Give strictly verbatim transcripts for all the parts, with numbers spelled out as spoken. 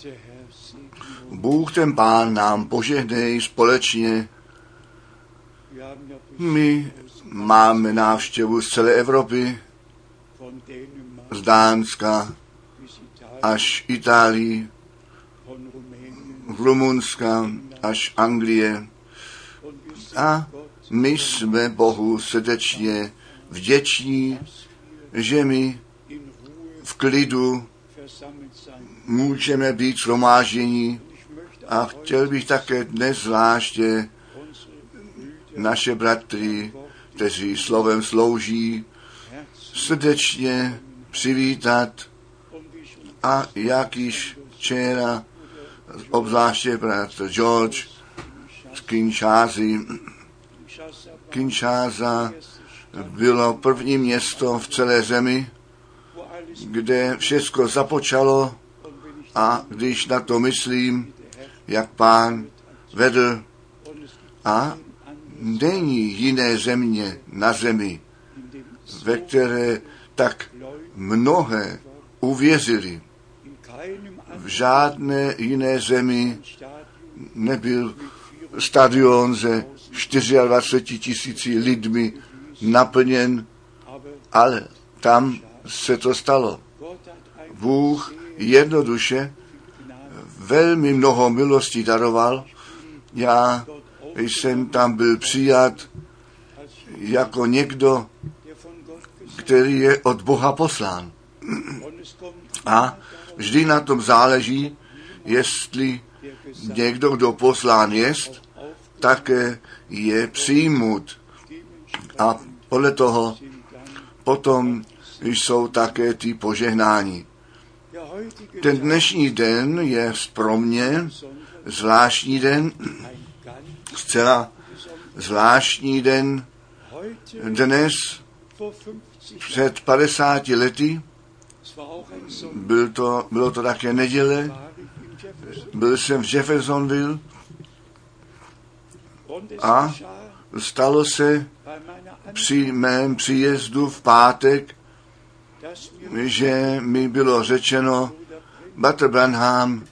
Bůh ten Pán nám požehnej společně. My máme návštěvu z celé Evropy, z Dánska až Itálii, z Rumunska až Anglie. A my jsme Bohu srdečně vděční, že my v klidu můžeme být shromáždění. A chtěl bych také dnes zvláště naše bratry, kteří slovem slouží, srdečně přivítat. A jak již včera, obzvláště bratr George z Kinshasy. Kinshasa bylo první město v celé zemi, kde všechno započalo, a když na to myslím, jak Pán vedl, a není jiné země na zemi, ve které tak mnohé uvěřili. V žádné jiné zemi nebyl stadion ze dvacet čtyři tisíci lidmi naplněn, ale tam se to stalo. Bůh jednoduše velmi mnoho milostí daroval. Já jsem tam byl přijat jako někdo, který je od Boha poslán. A vždy na tom záleží, jestli někdo, kdo poslán jest, také je přijmut. A podle toho potom jsou také ty požehnání. Ten dnešní den je pro mě zvláštní den, zcela zvláštní den. Dnes před padesáti lety, byl to, bylo to také neděle, byl jsem v Jeffersonville a stalo se při mém příjezdu v pátek, že mi bylo řečeno, bratr Branham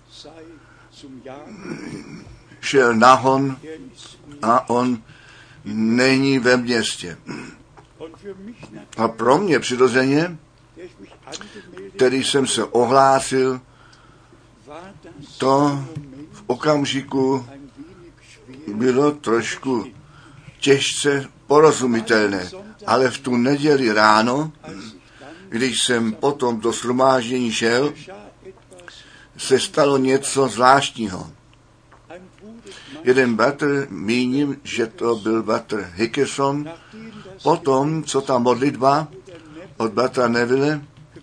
šel na hon a on není ve městě. A pro mě přirozeně, který jsem se ohlásil, to v okamžiku bylo trošku těžce porozumitelné, ale v tu neděli ráno, když jsem potom do shromáždění šel, se stalo něco zvláštního. Jeden bratr, míním, že to byl bratr Hickerson, potom, co ta modlitba od bratra Neville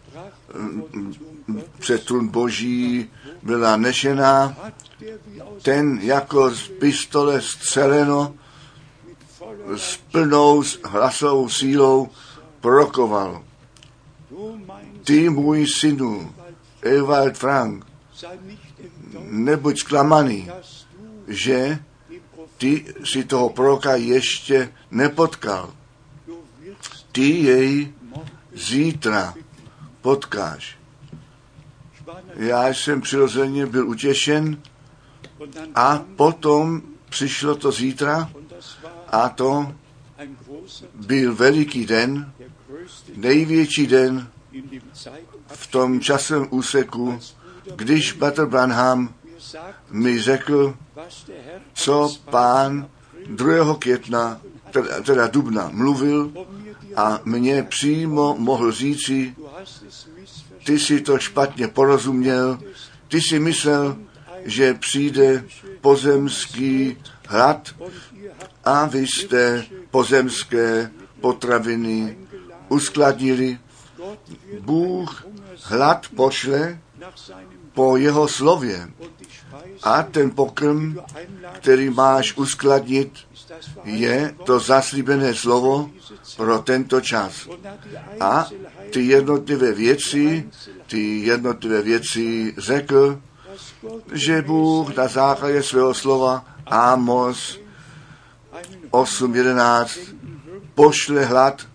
před trůn Boží byla nešená, ten jako z pistole střeleno s plnou hlasovou sílou prorokoval. Ty, můj synu, Ewald Frank, nebuď zklamaný, že ty si toho proroka ještě nepotkal. Ty jej zítra potkáš. Já jsem přirozeně byl utěšen a potom přišlo to zítra a to byl veliký den, největší den v tom časovém úseku, když bratr Branham mi řekl, co Pán druhého května, teda, teda dubna, mluvil a mě přímo mohl říci, ty si to špatně porozuměl, ty si myslel, že přijde pozemský hlad a vy jste pozemské potraviny uskladnili. Bůh hlad pošle po jeho slově a ten pokrm, který máš uskladnit, je to zaslíbené slovo pro tento čas. A ty jednotlivé věci, ty jednotlivé věci řekl, že Bůh na základě svého slova Amos osm jedenáct pošle hlad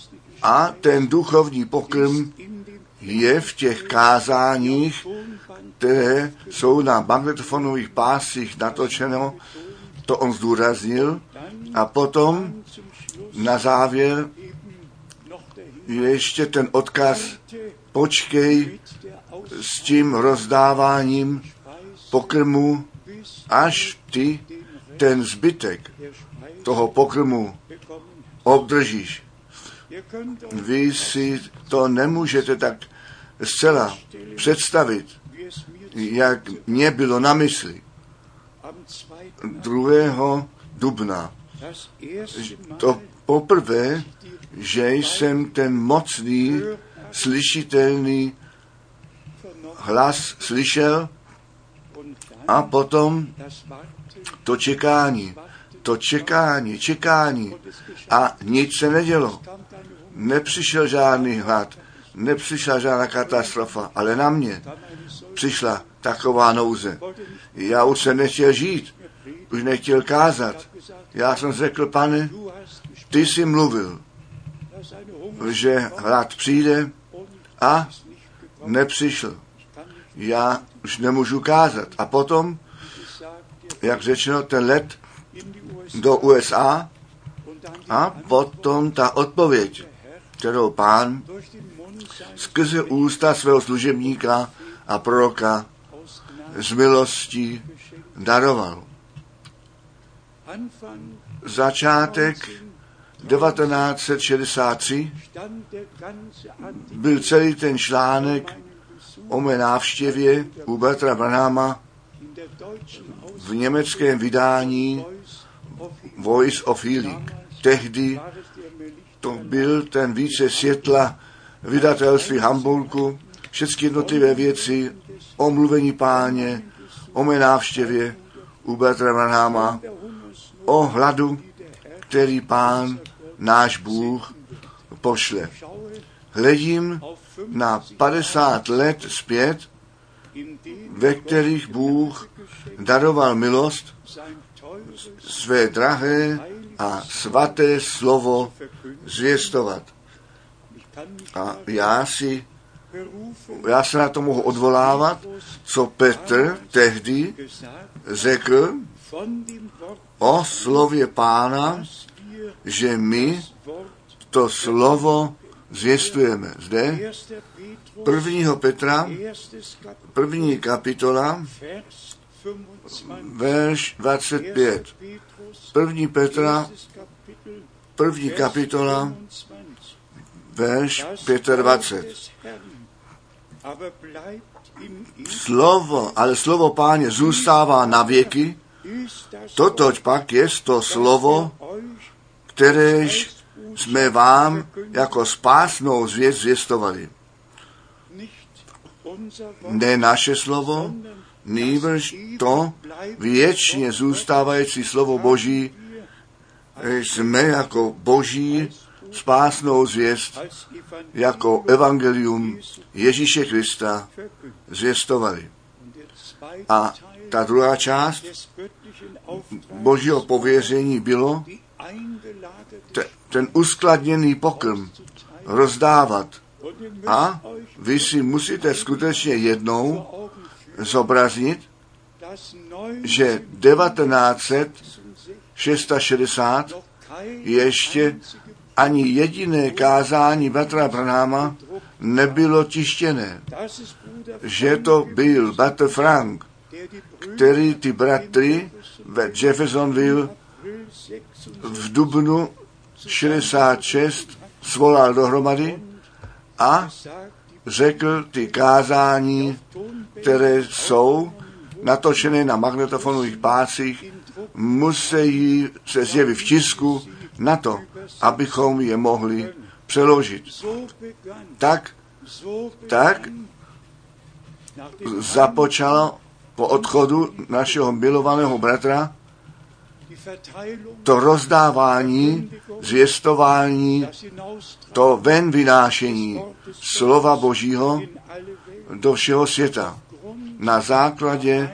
a ten duchovní pokrm je v těch kázáních které jsou na magnetofonových pásích natočeno, to on zdůraznil. A potom na závěr ještě ten odkaz, počkej s tím rozdáváním pokrmu, až ty ten zbytek toho pokrmu obdržíš. Vy si to nemůžete tak zcela představit, jak mě bylo na mysli. druhého dubna. To poprvé, že jsem ten mocný, slyšitelný hlas slyšel a potom to čekání, to čekání, čekání a nic se nedělo. Nepřišel žádný hlad, nepřišla žádná katastrofa, ale na mě přišla taková nouze. Já už jsem nechtěl žít, už nechtěl kázat. Já jsem řekl, Pane, ty jsi mluvil, že hlad přijde a nepřišel. Já už nemůžu kázat. A potom, jak řečeno, ten let do U S A a potom ta odpověď, kterou Pán skrze ústa svého služebníka a proroka z milostí daroval. Začátek devatenáct set šedesát tři byl celý ten článek o mé návštěvě u Bertra Branhama v německém vydání Voice of Healing. Tehdy to byl ten více světla vydatelství Hamburgu, všechny jednotlivé věci, o mluvení Páně, o mé návštěvě u Bertra Branhama, o hladu, který Pán, náš Bůh, pošle. Hledím na padesát let zpět, ve kterých Bůh daroval milost, své drahé a svaté slovo zvěstovat. A já si, já se na to mohu odvolávat, co Petr tehdy řekl o slově Pána, že my to slovo zvěstujeme. Zde prvního Petra, první kapitola, verš dvacet pět. První Petra, první kapitola, verš dvacet pět. Slovo, ale slovo Páně zůstává na věky, totož pak je to slovo, kteréž jsme vám jako spásnou zvěst zvěstovali. Ne naše slovo, nýbrž to věčně zůstávající slovo Boží, jsme jako Boží spásnou zvěst, jako evangelium Ježíše Krista zvěstovali. A ta druhá část Božího pověření bylo te, ten uskladněný pokrm rozdávat. A vy si musíte skutečně jednou zobraznit, že devatenáct set šedesát šest ještě ani jediné kázání Bertra Branhama nebylo tištěné. Že to byl Bratr Frank, který ty bratry ve Jeffersonville v dubnu šedesát šest svolal dohromady a řekl ty kázání, které jsou natočené na magnetofonových pásích, musí se zjevit v tisku na to, abychom je mohli přeložit. Tak, tak započalo po odchodu našeho milovaného bratra to rozdávání, zvěstování, to ven vynášení slova Božího do všeho světa. Na základě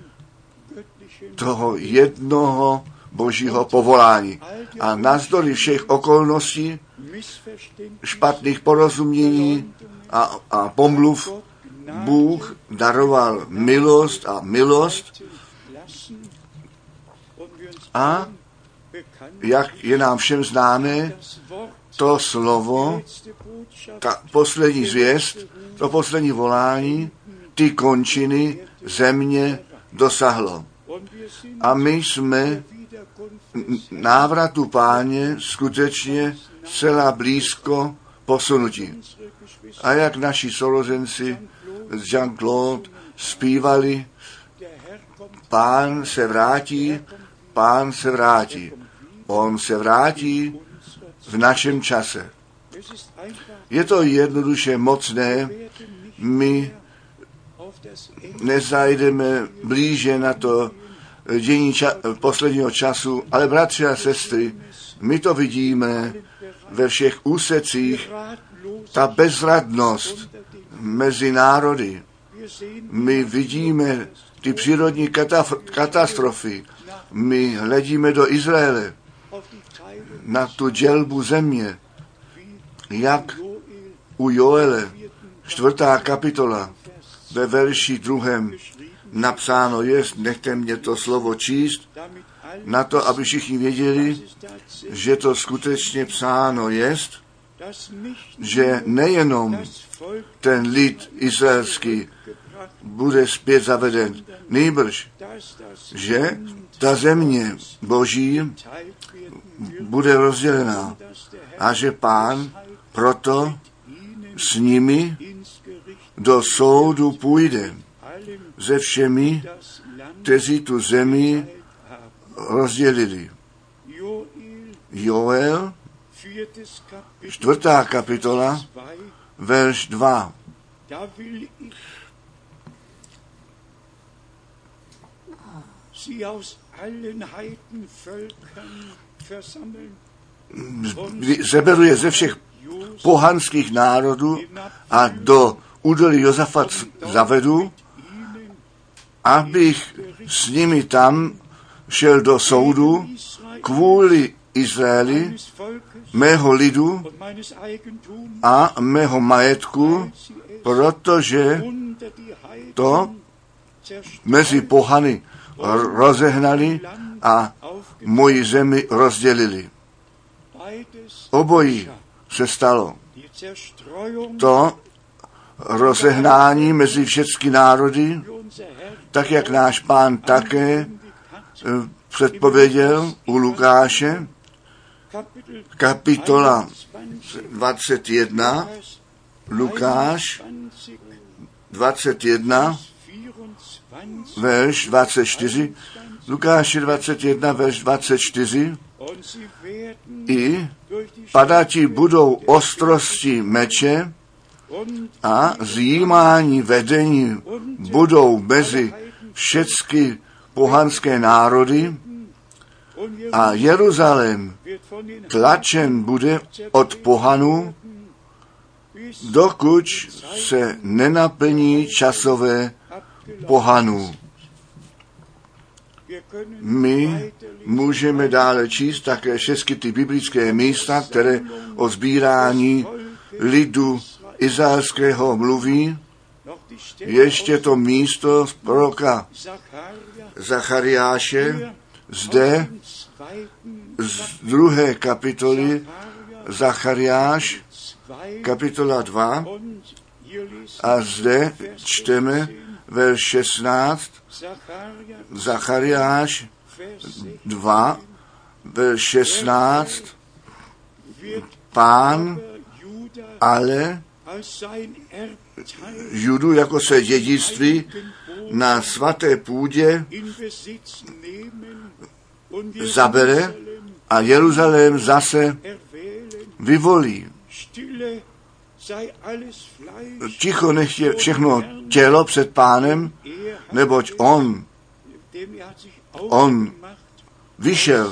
toho jednoho Božího povolání. A navzdory všech okolností, špatných porozumění a, a pomluv, Bůh daroval milost a milost a jak je nám všem známé, to slovo, ta poslední zvěst, to poslední volání, ty končiny země dosahlo. A my jsme návratu Páně skutečně zcela blízko posunutí. A jak naši sourozenci z Jean-Claude zpívali, Pán se vrátí, Pán se vrátí. On se vrátí v našem čase. Je to jednoduše mocné, my nezajdeme blíže na to dění ča- posledního času, ale bratři a sestry, my to vidíme ve všech úsecích, ta bezradnost mezi národy. My vidíme ty přírodní kataf- katastrofy, my hledíme do Izraele, na tu dělbu země, jak u Joele, čtvrtá kapitola, ve verši druhém napsáno je, nechte mě to slovo číst, na to, aby všichni věděli, že to skutečně psáno jest, že nejenom ten lid izraelský bude zpět zaveden, nýbrž, že ta země Boží bude rozdělená a že Pán proto s nimi do soudu půjde se všemi, kteří tu zemi rozdělili. Joel, čtvrtá kapitola, verš dva. Zeberu je ze všech pohanských národů a do údolí Jozafat zavedu, abych s nimi tam šel do soudu kvůli Izraeli, mého lidu a mého majetku, protože to mezi pohany rozehnali a moji zemi rozdělili. Obojí se stalo. To rozehnání mezi všechny národy, tak jak náš Pán také předpověděl u Lukáše, kapitola dvacet jedna, Lukáš dvacet jedna, verš dvacet čtyři, Lukáše dvacet jedna, verš dvacet čtyři, i padati budou ostrosti meče a zjímání vedení budou mezi všechny pohanské národy a Jeruzalém tlačen bude od pohanů, dokud se nenaplní časové pohanů. My můžeme dále číst také všechny ty biblické místa, které o sbírání lidu izraelského mluví. Ještě to místo z proroka Zachariáše, zde z druhé kapitoly Zachariáš, kapitola dva, a zde čteme verš šestnáct, Zachariáš dva, verš šestnáct, Pán ale Judu jako své dědictví na svaté půdě zabere a Jeruzalém zase vyvolí. Ticho nech je všechno tělo před Pánem, neboť on, on vyšel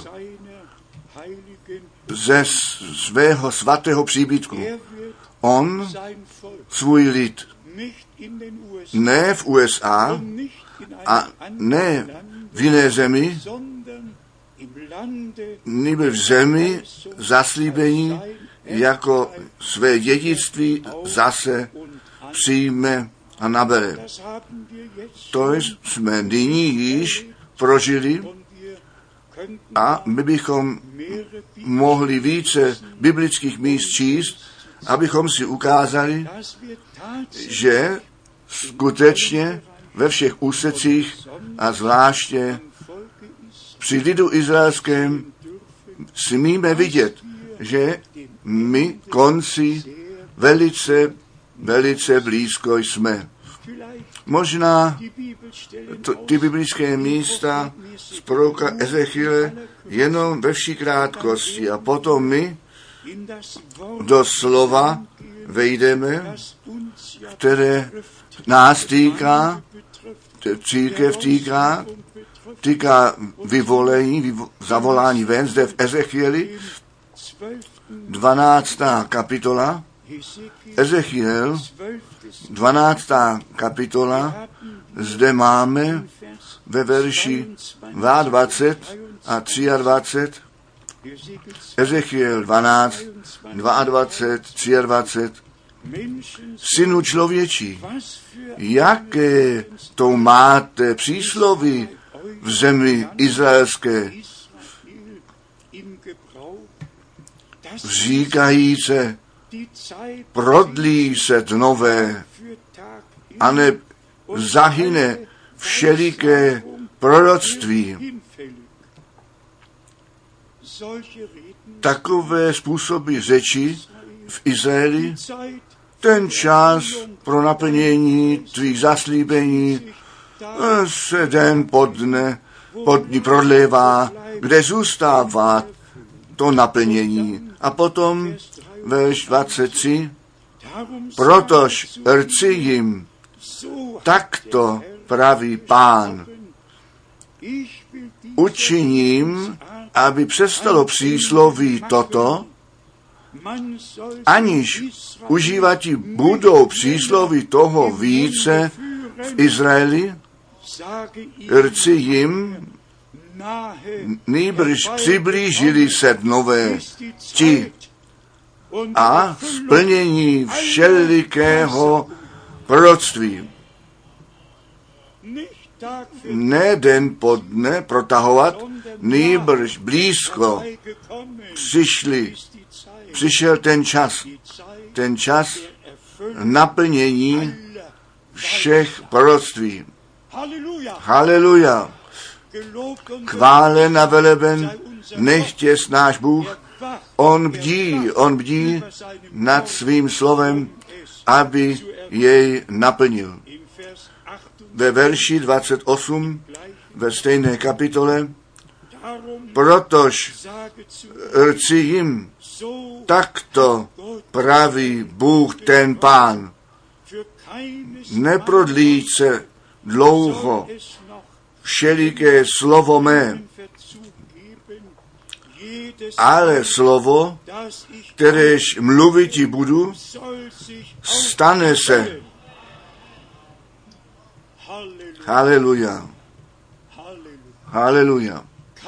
ze svého svatého příbytku. On svůj lid ne v U S A a ne v jiné zemi, nýbrž v zemi zaslíbení jako své dědictví zase přijme a nabere. To jsme nyní již prožili a my bychom mohli více biblických míst číst, abychom si ukázali, že skutečně ve všech úsecích a zvláště při lidu izraelském smíme vidět, že my konci velice, velice blízko jsme. Možná to, ty biblické místa z proroka Ezechiele jenom ve vší krátkosti a potom my do slova vejdeme, které nás týká, církev týká, týká vyvolení, vyvo, zavolání ven zde v Ezechieli, dvanáctá kapitola, Ezechiel, dvanáctá kapitola, zde máme ve verši dvacet dva a dvacet tři, Ezechiel dvanáct, dvacet dva, dvacet tři. Synu člověčí, jaké to máte přísloví v zemi izraelské, říkajíce, prodlí se dnové a ne zahyne všeliké proroctví. Takové způsoby řeči v Izraeli, ten čas pro naplnění tvých zaslíbení se den po dne, po dní prodlévá, kde zůstává to naplnění. A potom verš dvacet tři, protož rci jim, takto praví Pán, učiním, aby přestalo přísloví toto, aniž užívati budou přísloví toho více v Izraeli, rci jim, nýbrž přiblížili se dnové ti a splnění všelikého proroctví. Ne den po dne protahovat, nýbrž blízko přišli, přišel ten čas, ten čas naplnění všech proroctví. Haleluja! Chválen a veleben, nechtěs náš Bůh, on bdí, on bdí nad svým slovem, aby jej naplnil. Ve verši dvacet osm, ve stejné kapitole, protož rci jim, takto praví Bůh ten Pán, neprodlí se dlouho všeliké slovo mé, ale slovo, kteréž mluviti budu, stane se. Haleluja. Haleluja.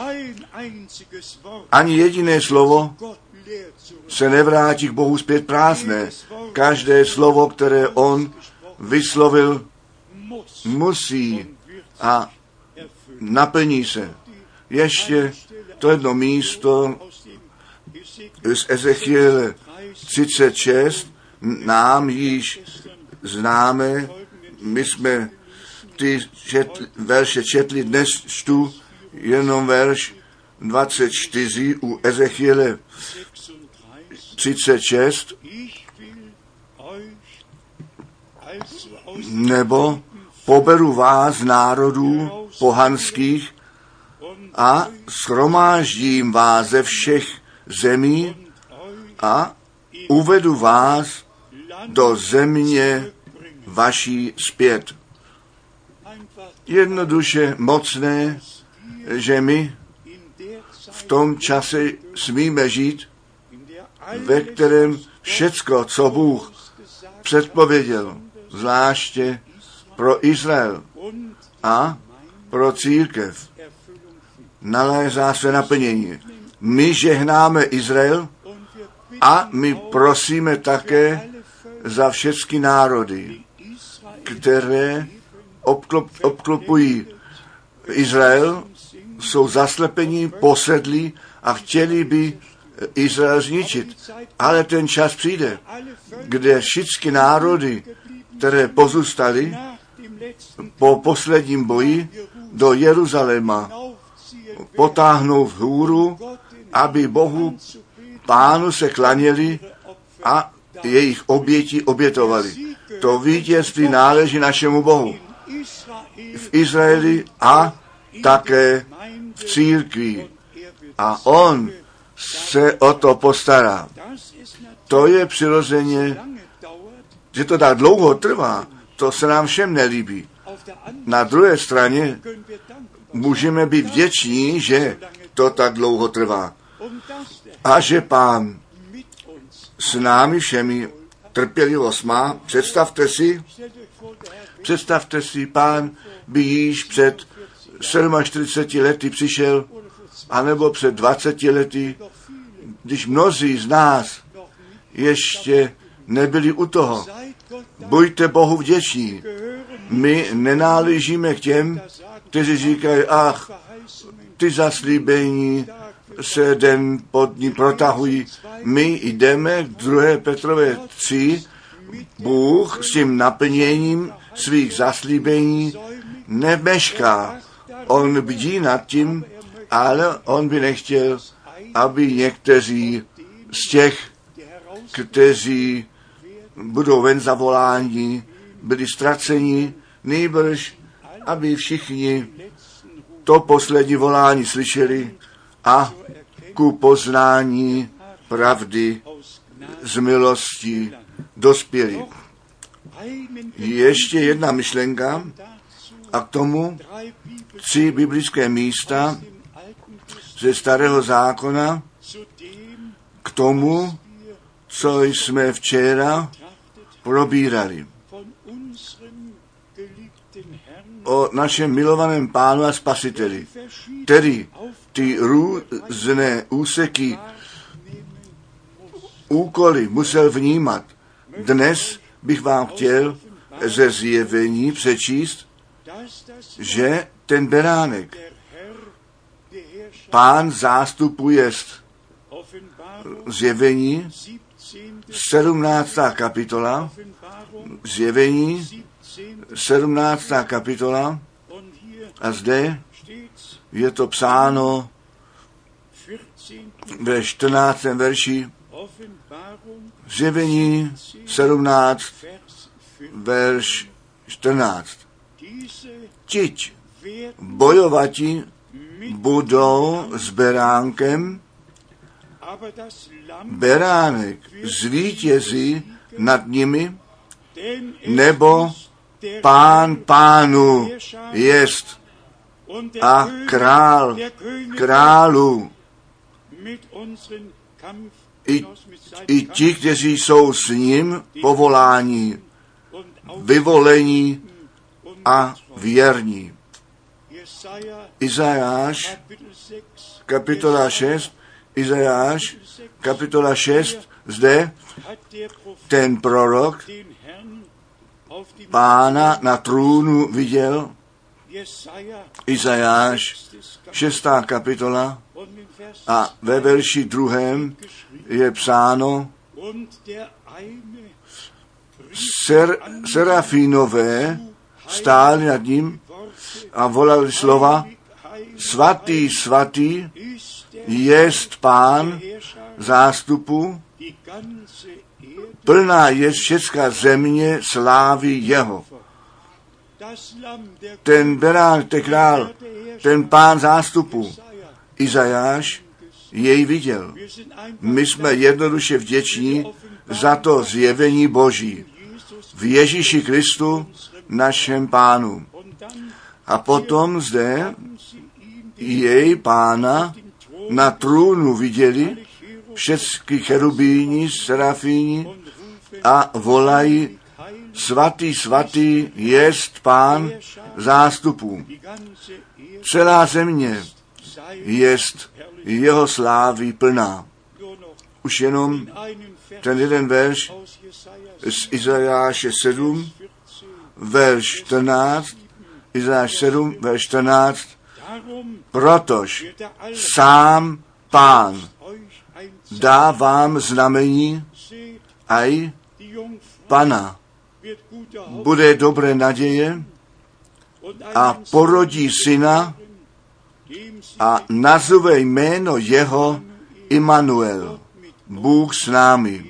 Ani jediné slovo se nevrátí k Bohu zpět prázdné. Každé slovo, které on vyslovil, musí a naplní se. Ještě to jedno místo z Ezechiele třicet šest nám již známe. My jsme ty četli, verše četli, dnes čtu jenom verš dvacet čtyři u Ezechiele třicet šest, nebo poberu vás z národů pohanských a shromáždím vás ze všech zemí a uvedu vás do země vaší zpět. Jednoduše mocné, že my v tom čase smíme žít, ve kterém všecko, co Bůh předpověděl, zvláště pro Izrael a pro církev, nalézá své naplnění. My žehnáme Izrael a my prosíme také za všechny národy, které obklop, obklopují Izrael, jsou zaslepení, posedlí a chtěli by Izrael zničit. Ale ten čas přijde, kde všechny národy, které pozůstaly po posledním boji do Jeruzaléma, potáhnou v hůru, aby Bohu, Pánu se klaněli a jejich oběti obětovali. To vítězství náleží našemu Bohu. V Izraeli a také v církvi. A on se o to postará. To je přirozeně, že to tak dlouho trvá, to se nám všem nelíbí. Na druhé straně můžeme být vděční, že to tak dlouho trvá. A že Pán s námi všemi trpělivost má. Představte si, představte si, Pán by již před čtyřiceti sedmi lety přišel, anebo před dvaceti lety, když mnozí z nás ještě nebyli u toho. Buďte Bohu vděční. My nenáležíme k těm, kteří říkají, ach, ty zaslíbení se den pod ní protahují. My jdeme k druhé Petrové tři. Bůh s tím naplněním svých zaslíbení nemešká. On bdí nad tím, ale on by nechtěl, aby někteří z těch, kteří budou ven zavoláni, byli ztraceni, nýbrž, aby všichni to poslední volání slyšeli a ku poznání pravdy z milosti dospěli. Ještě jedna myšlenka a k tomu tři biblické místa ze Starého zákona k tomu, co jsme včera probírali. O našem milovaném Pánu a Spasiteli, tedy ty různé úseky, úkoly musel vnímat. Dnes bych vám chtěl ze Zjevení přečíst, že ten beránek, Pán zástupu jest. Zjevení, sedmnáctá kapitola, Zjevení, sedmnáctá kapitola, a zde je to psáno ve čtrnáctém verši, Zjevení sedmnáct, verš čtrnáct. Tiť bojovati budou s beránkem, beránek zvítězí nad nimi, nebo Pán pánu jest a král králu. I, I ti, kteří jsou s ním povoláni, vyvolení a věrní. Izajáš, kapitola šest, Izajáš, kapitola šest, zde ten prorok Pána na trůnu viděl. Izajáš, šestá kapitola, a ve verši druhém je psáno, Ser, serafínové stáli nad ním a volali slova, svatý, svatý, jest Pán zástupu, plná je všecká země slávy jeho. Ten berán, ten král, ten Pán zástupu, Izajáš jej viděl. My jsme jednoduše vděční za to zjevení Boží v Ježíši Kristu, našem Pánu. A potom zde jej Pána na trůnu viděli všechny cherubíni, serafíni a volají, svatý, svatý jest Pán zástupů. Celá země jest jeho slávy plná. Už jenom ten jeden verš z Izajáše sedm, verš čtrnáct, Izajáš sedm, verš čtrnáct, protož sám Pán dá vám znamení, aj Pana bude dobré naděje a porodí syna a nazve jméno jeho Immanuel, Bůh s námi.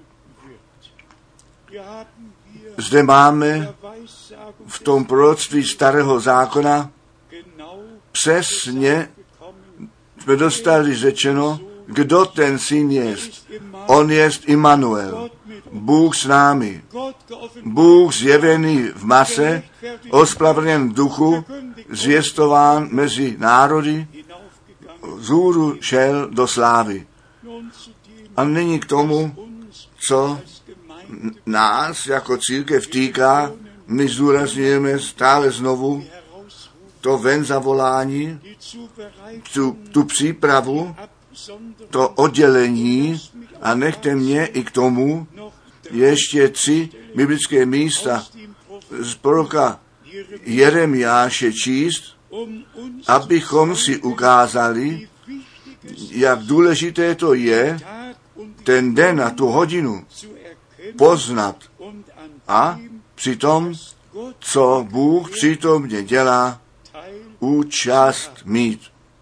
Zde máme v tom proroctví starého zákona přesně jsme dostali řečeno, kdo ten syn jest. On jest Immanuel, Bůh s námi. Bůh zjevený v mase, ospravedlněn v duchu, zvěstován mezi národy, vzhůru šel do slávy. A nyní k tomu, co nás jako církev týká, my zdůrazňujeme stále znovu to ven zavolání, tu, tu přípravu, to oddělení a nechte mě i k tomu ještě tři biblické místa z proroka Jeremiáše číst, abychom si ukázali, jak důležité to je ten den a tu hodinu poznat a přitom, co Bůh přítomně dělá, účast mít.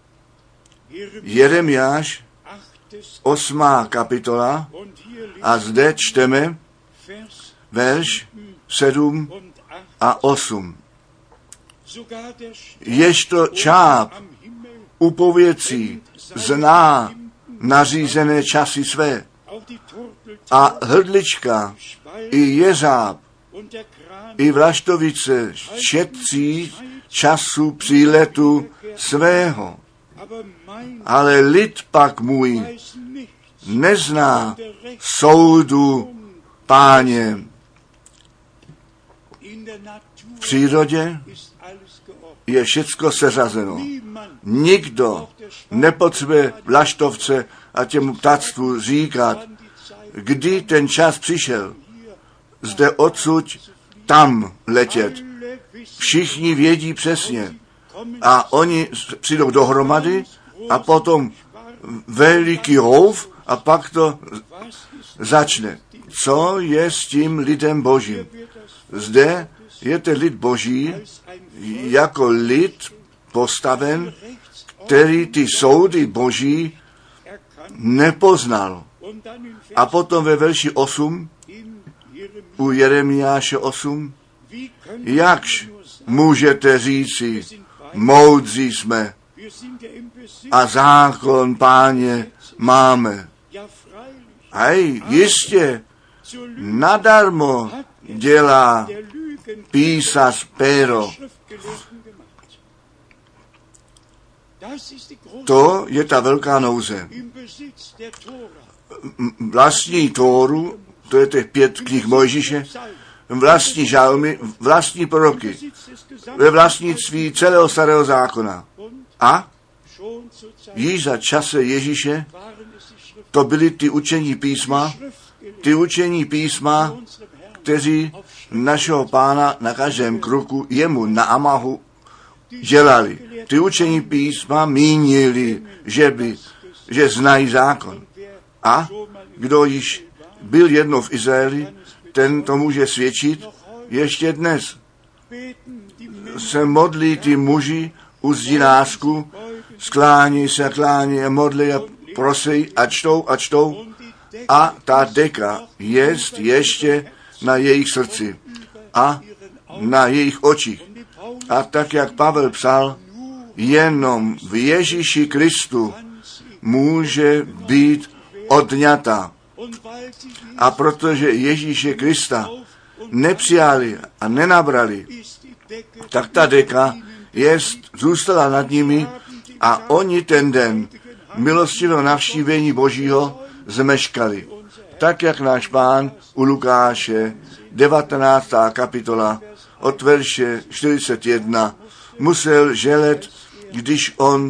Jeremiáš, osmá kapitola, a zde čteme verš sedm a osm. Ježto čáp upověcí zná nařízené časy své a hrdlička i jeřáb i vlaštovice šetří času příletu svého. Ale lid pak můj nezná soudu Páně. V přírodě je všecko seřazeno. Nikdo nepotřebuje vlaštovce a těm ptactvu říkat, kdy ten čas přišel. Zde odsud tam letět. Všichni vědí přesně. A oni přijdou dohromady a potom veliký hov a pak to začne. Co je s tím lidem božím? Zde je ten lid boží jako lid postaven, který ty soudy boží nepoznal. A potom ve verši osm, u Jeremiáše osm, jakž můžete říci, moudří jsme a zákon Páně máme. Hej, jistě, nadarmo dělá písař péro. To je ta velká nouze. Vlastní Tóru, to je těch pět knih Mojžíše, vlastní žalmy, vlastní proroky, ve vlastnictví celého starého zákona. A již za čase Ježíše to byly ty učení písma, ty učení písma, kteří našeho Pána na každém kroku jemu na Amahu dělali. Ty učení písma mínili, že, by, že znají zákon. A kdo již byl jednou v Izraeli, ten to může svědčit ještě dnes. Se modlí ty muži u zdinásku, sklání se a klání a modlí a prosí a čtou a čtou a ta deka jest ještě na jejich srdci a na jejich očích. A tak, jak Pavel psal, jenom v Ježíši Kristu může být odňata. A protože Ježíše Krista nepřijali a nenabrali, tak ta deka jest, zůstala nad nimi a oni ten den milostivého navštívení Božího zmeškali. Tak, jak náš Pán u Lukáše, devatenáctá kapitola, od verše čtyřicet jedna, musel želet, když on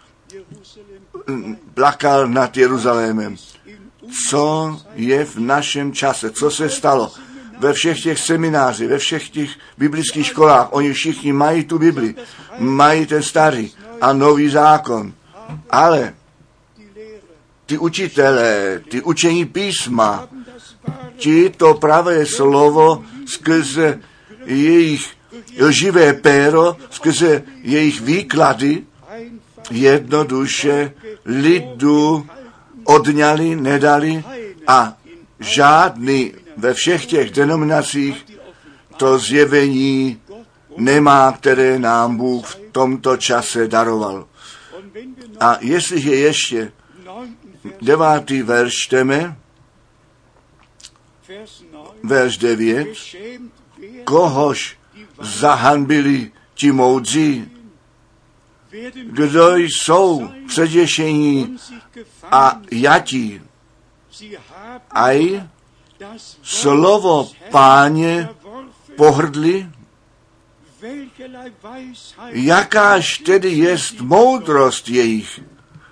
plakal nad Jeruzalémem. Co je v našem čase? Co se stalo? ve všech těch seminářích, ve všech těch biblických školách, oni všichni mají tu Bibli, mají ten starý a nový zákon, ale ty učitelé, ty učení písma, ti to pravé slovo skrze jejich lživé péro, skrze jejich výklady jednoduše lidu odňali, nedali a žádný ve všech těch denominacích to zjevení nemá, které nám Bůh v tomto čase daroval. A jestliže ještě devátý verš čteme, verš devět, kohož zahanbili ti moudří, kdo jsou předěšení a jatí, aj slovo Páně pohrdli, jakáž tedy jest moudrost jejich.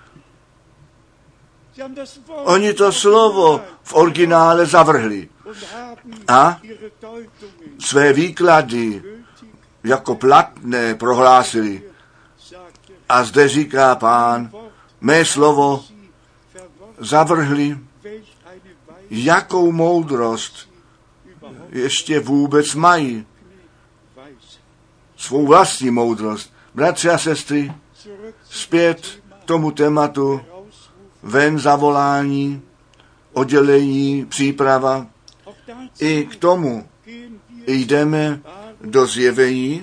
Oni to slovo v originále zavrhli a své výklady jako platné prohlásili. A zde říká Pán, mé slovo zavrhli, jakou moudrost ještě vůbec mají. Svou vlastní moudrost. Bratři a sestry, zpět k tomu tématu ven zavolání, oddělení, příprava. I k tomu jdeme do zjevení,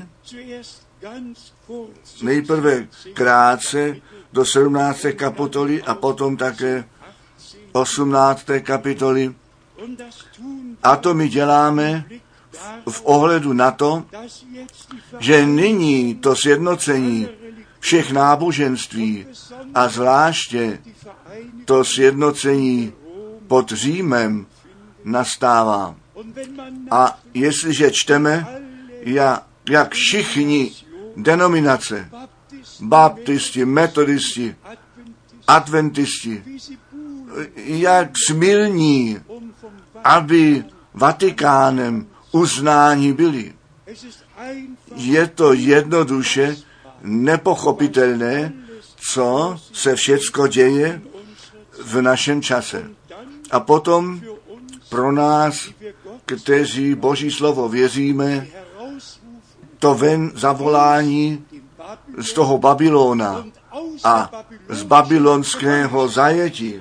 nejprve krátce do sedmnácté kapitoly a potom také osmnácté kapitoly. A to my děláme v ohledu na to, že nyní to sjednocení všech náboženství a zvláště to sjednocení pod Římem nastává. A jestliže čteme, jak všichni denominace, baptisti, metodisti, adventisti, jak smilní, aby Vatikánem uznáni byli. Je to jednoduše nepochopitelné, co se všecko děje v našem čase. A potom pro nás, kteří Boží slovo věříme, to ven zavolání z toho Babylona a z babylonského zajetí.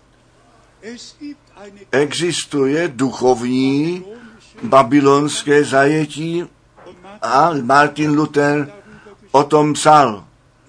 Existuje duchovní babylonské zajetí a Martin Luther o tom psal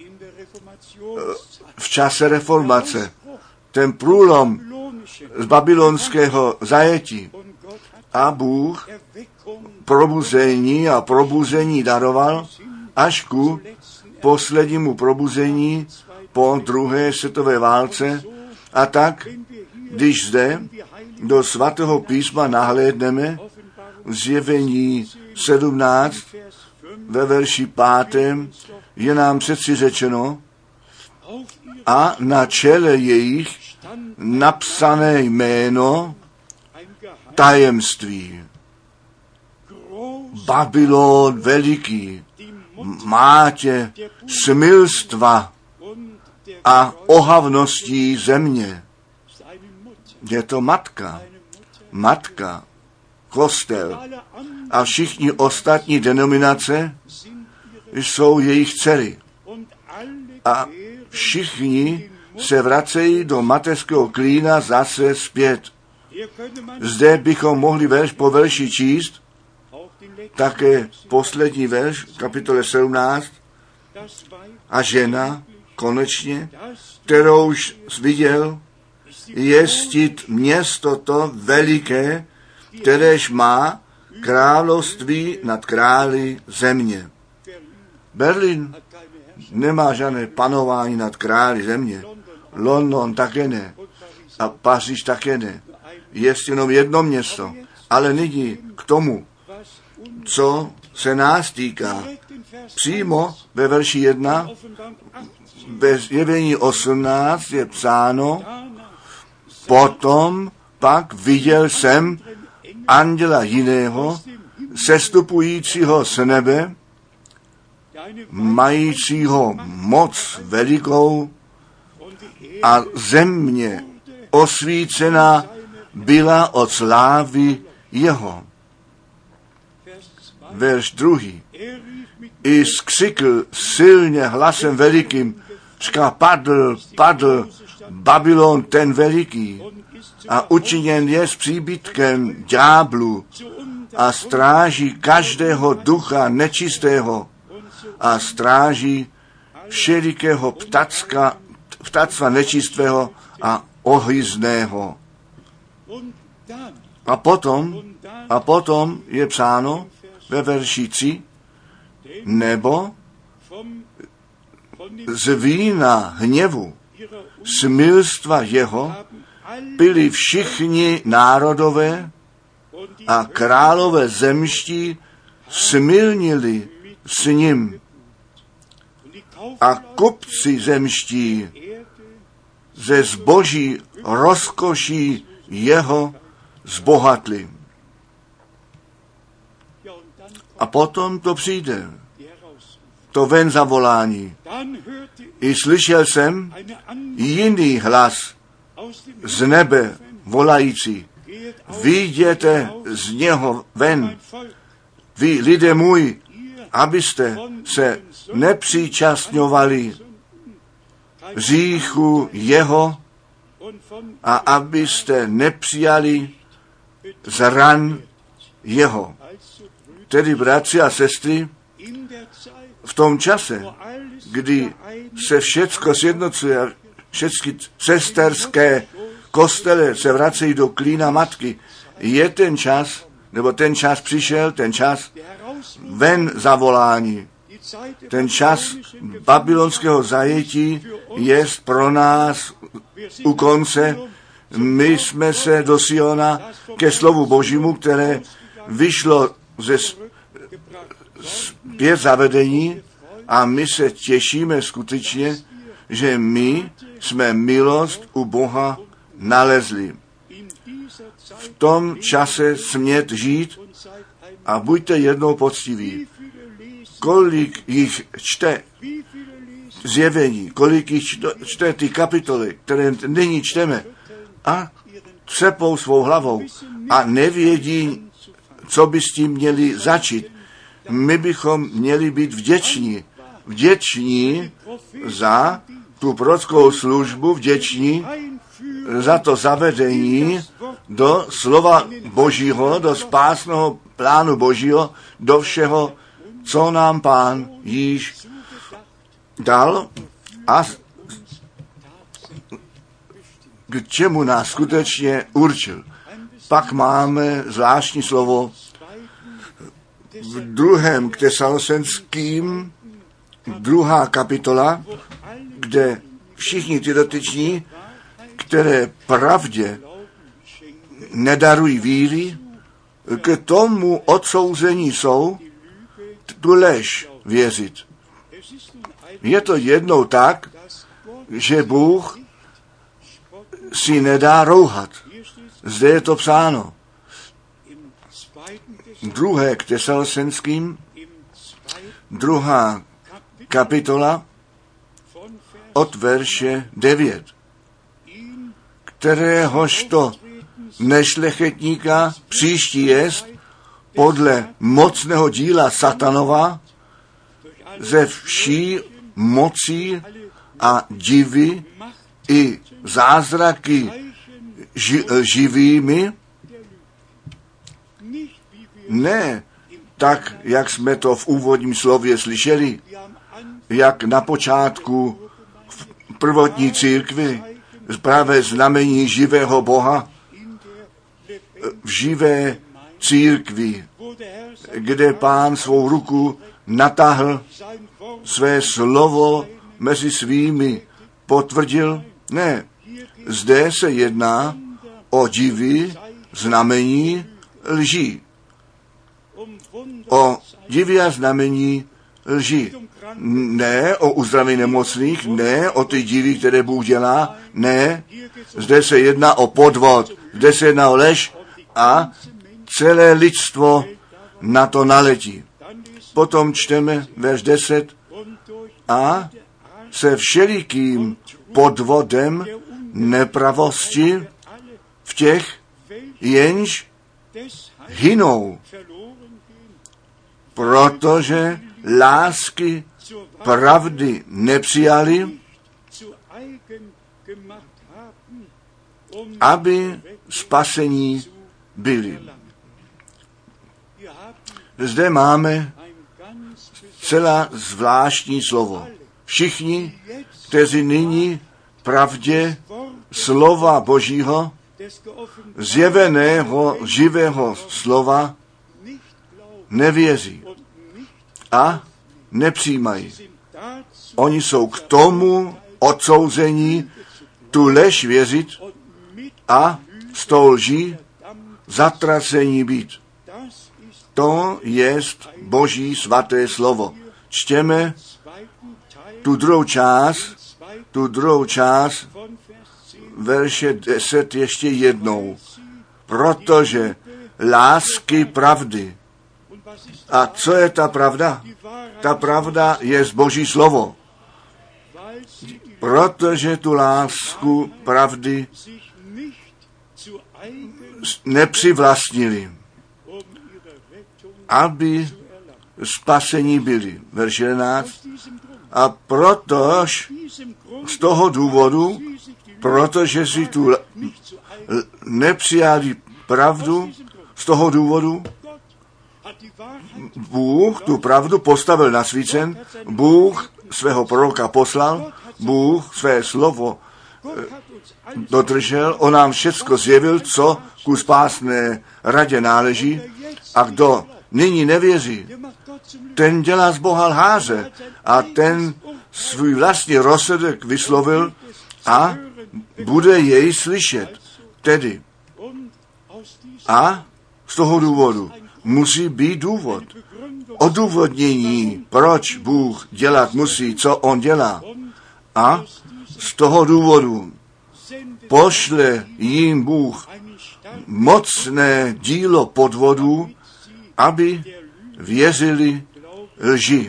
v čase reformace. Ten průlom z babylonského zajetí a Bůh probuzení a probuzení daroval až ku poslednímu probuzení po druhé světové válce. A tak, když zde do svatého písma nahlédneme v zjevení sedmnáct ve verši pátém, je nám přeci řečeno, a na čele jejich napsané jméno tajemství. Babylon veliký, mátě smilstva a ohavností země. Je to matka, matka, kostel a všichni ostatní denominace jsou jejich dcery. A všichni se vracejí do mateřského klína zase zpět. Zde bychom mohli verš po verši číst, také poslední verš, kapitole sedmnáct, a žena, konečně, kterou už viděl, jestit město to veliké, kteréž má království nad králi země. Berlín nemá žádné panování nad králi země. London také ne. A Paříž také ne. Je jenom jedno město. Ale nyní k tomu, co se nás týká. Přímo ve verši jedna, ve zjevení osmnáct je psáno, potom pak viděl jsem anděla jiného, sestupujícího z nebe, majícího moc velikou, a země osvícená byla od slávy jeho. Verš druhý. I skřikl silně hlasem velikým, říká, padl, padl, Babylon ten veliký a učiněn je s příbytkem ďáblu a stráží každého ducha nečistého a stráží všelikého ptacka, ptactva nečistvého a ohyzného. A potom, a potom je psáno ve verši tři, nebo z vína hněvu smilstva jeho pili všichni národové a králové zemští smilnili s ním a kupci zemští ze zboží rozkoší jeho zbohatli. A potom to přijde, to ven zavolání. I slyšel jsem jiný hlas z nebe volající, vyjděte z něho ven, vy lidé můj, abyste se nepřičastňovali hříchu jeho a abyste nepřijali zran jeho. Tedy, bratři a sestry, v tom čase, kdy se všecko sjednocuje, všechny sesterské kostele se vracejí do klína matky, je ten čas, nebo ten čas přišel, ten čas ven zavolání. Ten čas babylonského zajetí je pro nás u konce. My jsme se do Siona ke slovu Božímu, které vyšlo ze zpět zavedení, a my se těšíme skutečně, že my jsme milost u Boha nalezli. V tom čase smět žít a buďte jednou poctiví. Kolik jich čte zjevení, kolik jich čte ty kapitoly, které nyní čteme, a třepou svou hlavou a nevědí, co by s tím měli začít. My bychom měli být vděční. Vděční za tu prorockou službu, vděční za to zavedení do slova Božího, do spásného plánu Božího, do všeho, co nám Pán již dal a k čemu nás skutečně určil. Pak máme zvláštní slovo v druhém k Tesalosenským, druhá kapitola, kde všichni ty dotyční, které pravdě nedarují víry, k tomu odsouzení jsou tu lež věřit. Je to jednou tak, že Bůh si nedá rouhat. Zde je to psáno. Druhé k Tesalosenským, druhá kapitola od verše devět, kteréhožto nešlechetníka příští jest podle mocného díla satanova ze vší mocí a divy i zázraky ži, živými, ne tak, jak jsme to v úvodním slově slyšeli, jak na počátku v prvotní církvi právě znamení živého Boha v živé církvi, kde Pán svou ruku natáhl, své slovo mezi svými potvrdil. Ne, zde se jedná o divy, znamení, lží. O divy a znamení lži. Ne o uzdravení nemocných, ne o ty divy, které Bůh dělá, ne. Zde se jedná o podvod, zde se jedná o lež a celé lidstvo na to naletí. Potom čteme verš deset. A se všelikým podvodem nepravosti v těch, jenž hynou, protože lásky pravdy nepřijali, aby spasení byli. Zde máme celá zvláštní slovo. Všichni, kteří nyní pravdě slova Božího, zjeveného živého slova, nevěří a nepřijímají. Oni jsou k tomu odsouzení tu lež věřit a s tou lží zatracení být. To jest Boží svaté slovo. Čtěme tu druhou část, tu druhou část verše deset ještě jednou. Protože lásky pravdy. A co je ta pravda? Ta pravda je z Boží slovo. Protože tu lásku pravdy nepřivlastnili, aby spasení byli. Verš jedenáct. A protož z toho důvodu, protože si tu nepřijali pravdu, z toho důvodu Bůh tu pravdu postavil na svícen, Bůh svého proroka poslal, Bůh své slovo dodržel, on nám všecko zjevil, co ku spásné radě náleží, a kdo nyní nevěří, ten dělá z Boha lháře a ten svůj vlastní rozsudek vyslovil a bude jej slyšet. Tedy a z toho důvodu musí být důvod. Odůvodnění, proč Bůh dělat musí, co on dělá. A z toho důvodu pošle jim Bůh mocné dílo podvodu, aby věřili lži.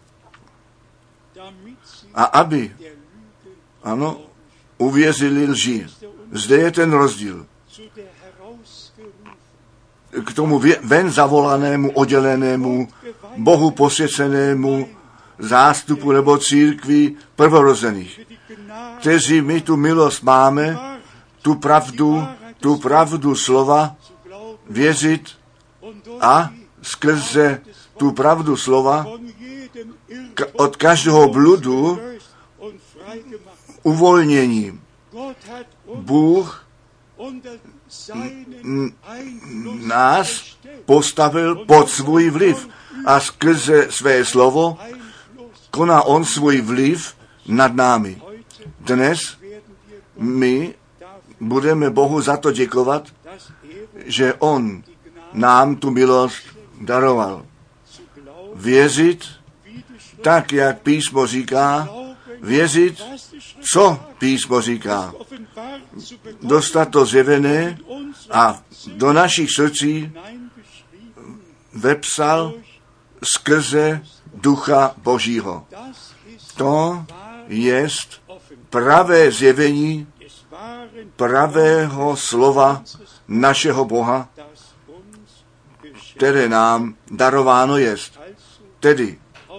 A aby, ano, uvěřili lži. Zde je ten rozdíl. K tomu ven zavolanému, oddělenému, Bohu posvěcenému zástupu nebo církvi prvorozených, kteří my tu milost máme, tu pravdu, tu pravdu slova věřit a skrze tu pravdu slova od každého bludu uvolnění. Bůh nás postavil pod svůj vliv a skrze své slovo koná on svůj vliv nad námi. Dnes my budeme Bohu za to děkovat, že on nám tu milost daroval. Věřit tak, jak písmo říká, věřit, co písmo říká. Dostat to zjevené a do našich srdcí vepsal skrze Ducha Božího. To jest pravé zjevení pravého slova našeho Boha, které nám darováno jest. Tedy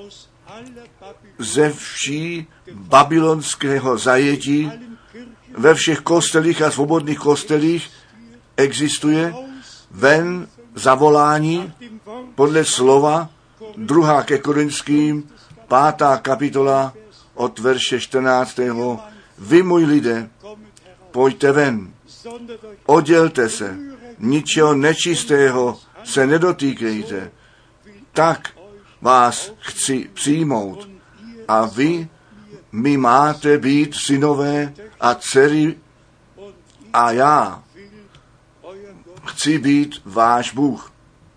ze vší babylonského zajetí ve všech kostelích a svobodných kostelích existuje ven zavolání podle slova druhá ke Korinským, pátá kapitola od verše čtrnáctého. Vy, můj lidé, pojďte ven, oddělte se, ničeho nečistého se nedotýkejte, tak vás chci přijmout. A vy mi máte být synové a dcery a já chci být váš Bůh.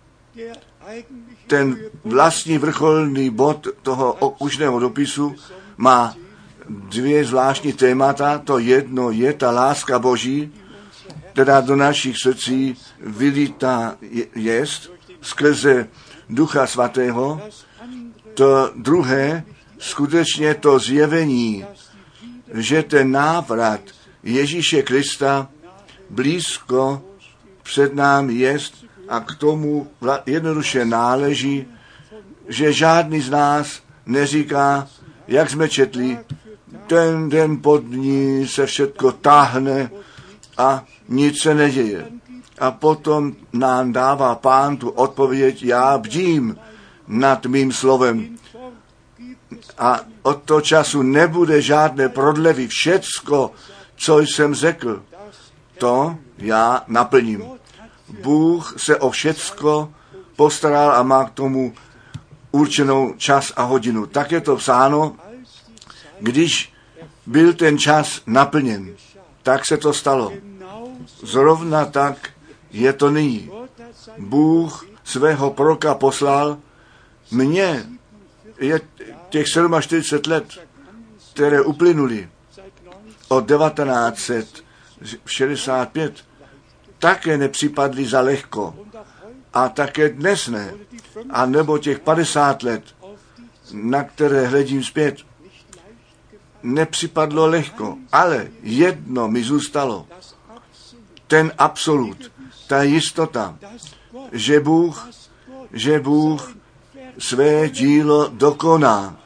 Ten vlastní vrcholný bod toho okušného dopisu má dvě zvláštní témata. To jedno je ta láska Boží, která do našich srdcí vylítá jest skrze Ducha Svatého, to druhé, skutečně to zjevení, že ten návrat Ježíše Krista blízko před námi jest a k tomu jednoduše náleží, že žádný z nás neříká, jak jsme četli, ten den pod ní se všetko táhne a nic se neděje. A potom nám dává Pán tu odpověď, já bdím nad mým slovem. A od toho času nebude žádné prodlevy. Všecko, co jsem řekl, to já naplním. Bůh se o všecko postaral a má k tomu určenou čas a hodinu. Tak je to psáno, když byl ten čas naplněn, tak se to stalo. Zrovna tak je to nyní. Bůh svého proroka poslal, mně je těch čtyřicet sedm let, které uplynuly od devatenáct set šedesát pět, také nepřipadly za lehko. A také dnes ne. A nebo těch padesát let, na které hledím zpět, nepřipadlo lehko. Ale jedno mi zůstalo. Ten absolut, ta jistota, že Bůh, že Bůh své dílo dokoná.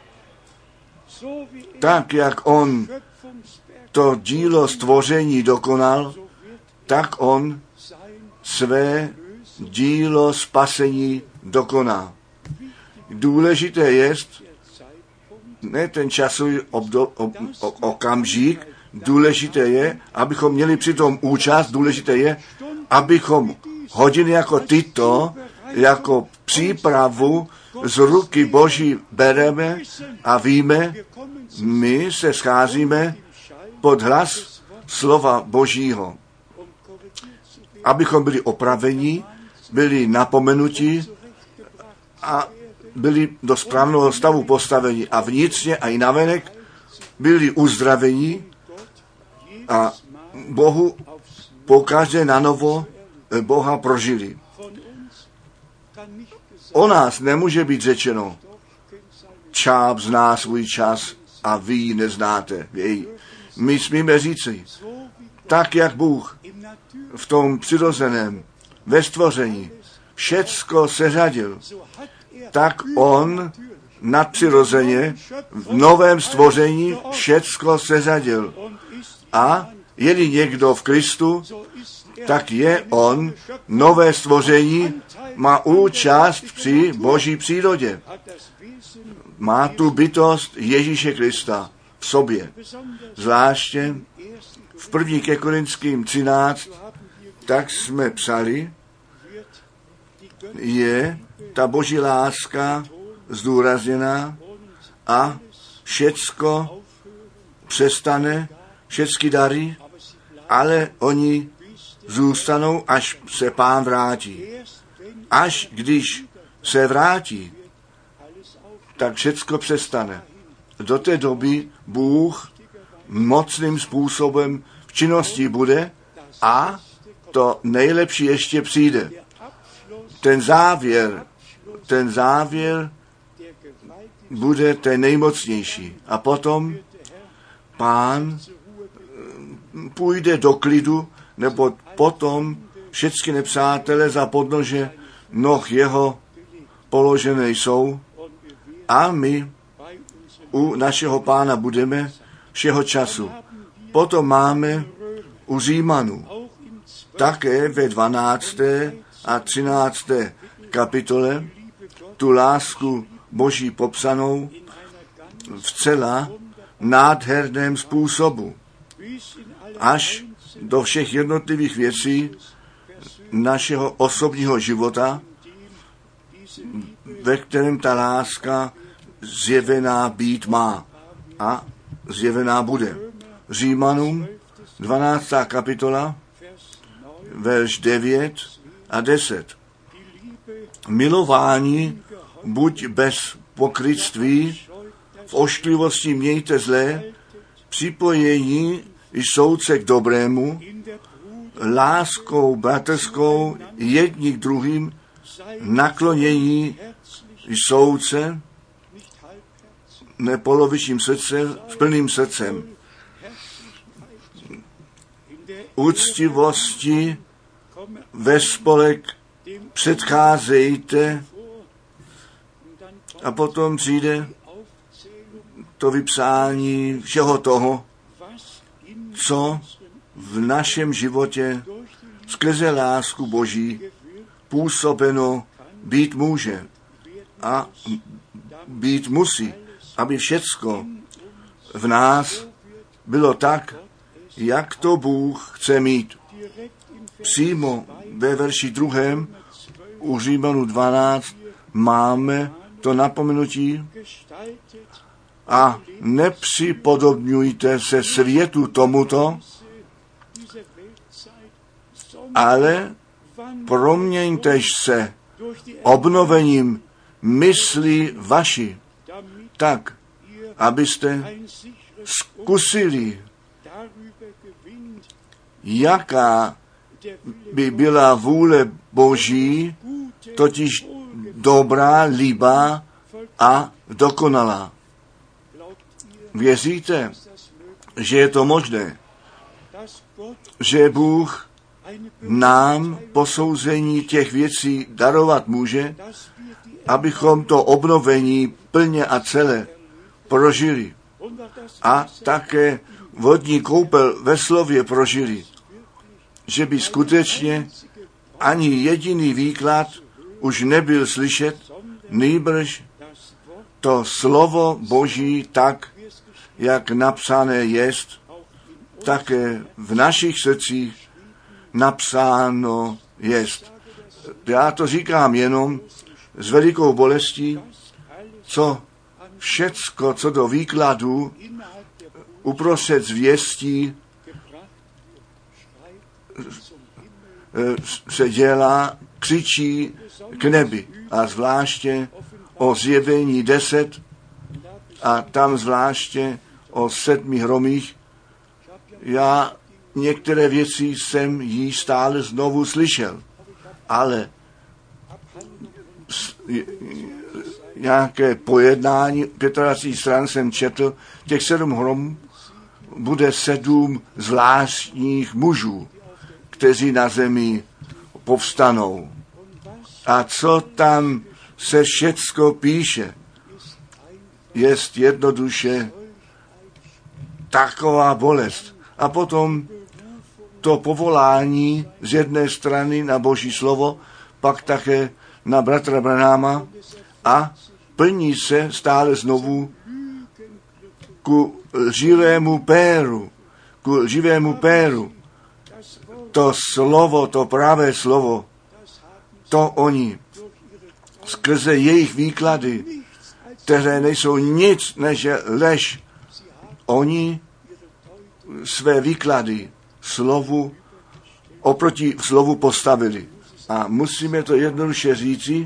Tak, jak on to dílo stvoření dokonal, tak on své dílo spasení dokoná. Důležité je, ne ten časový obdo, ob, o, okamžik, důležité je, abychom měli přitom účast, důležité je, abychom hodiny jako tyto, jako přípravu z ruky Boží bereme a víme, my se scházíme pod hlas slova Božího. Abychom byli opraveni, byli napomenuti a byli do správného stavu postaveni a vnitřně a i navenek byli uzdraveni a Bohu pokaždé na novo Boha prožili. O nás nemůže být řečeno, čáp zná svůj čas a vy ji neznáte. Jej. My smíme říci, tak jak Bůh v tom přirozeném, ve stvoření, všecko seřadil, tak on nadpřirozeně v novém stvoření všecko seřadil. A je-li někdo v Kristu, tak je on nové stvoření, má účast při Boží přírodě. Má tu bytost Ježíše Krista v sobě. Zvláště v první ke Korinským třináct, tak jsme psali, je ta Boží láska zdůrazněná a všecko přestane, všecky dary, ale oni zůstanou, až se Pán vrátí. Až když se vrátí, tak všecko přestane. Do té doby Bůh mocným způsobem v činnosti bude a to nejlepší ještě přijde. Ten závěr, ten závěr bude ten nejmocnější. A potom Pán půjde do klidu, nebo potom všechny nepřátelé za podnože noh jeho položené jsou a my u našeho Pána budeme všeho času. Potom máme u Římanů také ve dvanácté a třinácté kapitole tu lásku Boží popsanou v celá nádherném způsobu. Až do všech jednotlivých věcí našeho osobního života, ve kterém ta láska zjevená být má a zjevená bude. Římanům dvanáctá kapitola, verš devět a deset. Milování buď bez pokrytství, v ošklivosti mějte zlé, připojení jsou se k dobrému, láskou bratrskou jedni k druhým naklonění souce, ne polovičním srdcem, s plným srdcem. Úctivosti ve spolek předcházejte a potom přijde to vypsání všeho toho, co v našem životě skrze lásku Boží působeno být může a být musí, aby všecko v nás bylo tak, jak to Bůh chce mít. Přímo ve verši druhém u Římanů dvanáct máme to napomenutí a nepřipodobňujte se světu tomuto, ale proměňte se obnovením mysli vaši, tak, abyste zkusili, jaká by byla vůle Boží, totiž dobrá, líbá a dokonalá. Věříte, že je to možné, že Bůh nám posouzení těch věcí darovat může, abychom to obnovení plně a celé prožili a také vodní koupel ve slově prožili, že by skutečně ani jediný výklad už nebyl slyšet, nýbrž to slovo Boží tak, jak napsané jest, také v našich srdcích napsáno jest. Já to říkám jenom s velikou bolestí, co všecko, co do výkladu uprostřed zvěstí se dělá, křičí k nebi. A zvláště o zjevení deset a tam zvláště o sedmi hromích. Já některé věci jsem jí stále znovu slyšel, ale nějaké pojednání, dvacet pět stran jsem četl, těch sedm hrom bude sedm zvláštních mužů, kteří na zemi povstanou. A co tam se všecko píše, jest jednoduše taková bolest. A potom to povolání z jedné strany na Boží slovo, pak také na bratra Branhama a plní se stále znovu ku živému péru, ku živému péru. To slovo, to pravé slovo, to oni skrze jejich výklady, které nejsou nic než lež, oni své výklady slovu oproti slovu postavili. A musíme to jednoduše říci,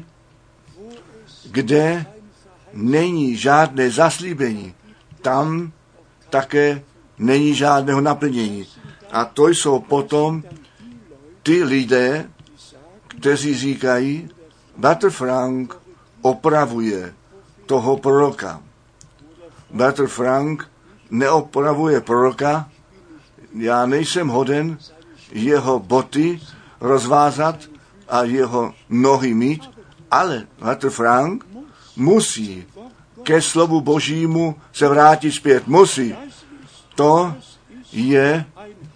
kde není žádné zaslíbení, tam také není žádného naplnění. A to jsou potom ty lidé, kteří říkají, bratr Frank opravuje toho proroka. Bratr Frank neopravuje proroka, já nejsem hoden jeho boty rozvázat a jeho nohy mít, ale bratr Frank musí ke slovu Božímu se vrátit zpět. Musí. To je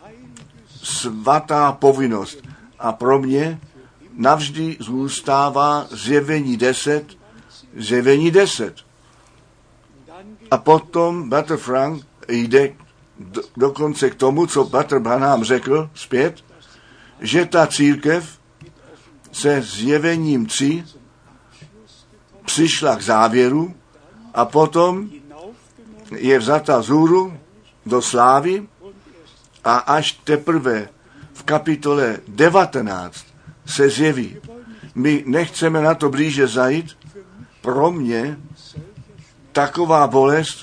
svatá povinnost. A pro mě navždy zůstává zjevení deset, zjevení deset. A potom bratr Frank jde do, dokonce k tomu, co bratr Branham řekl zpět, že ta církev se zjevením tři přišla k závěru a potom je vzata vzhůru do slávy a až teprve v kapitole devatenáct se zjeví. My nechceme na to blíže zajít. Pro mě taková bolest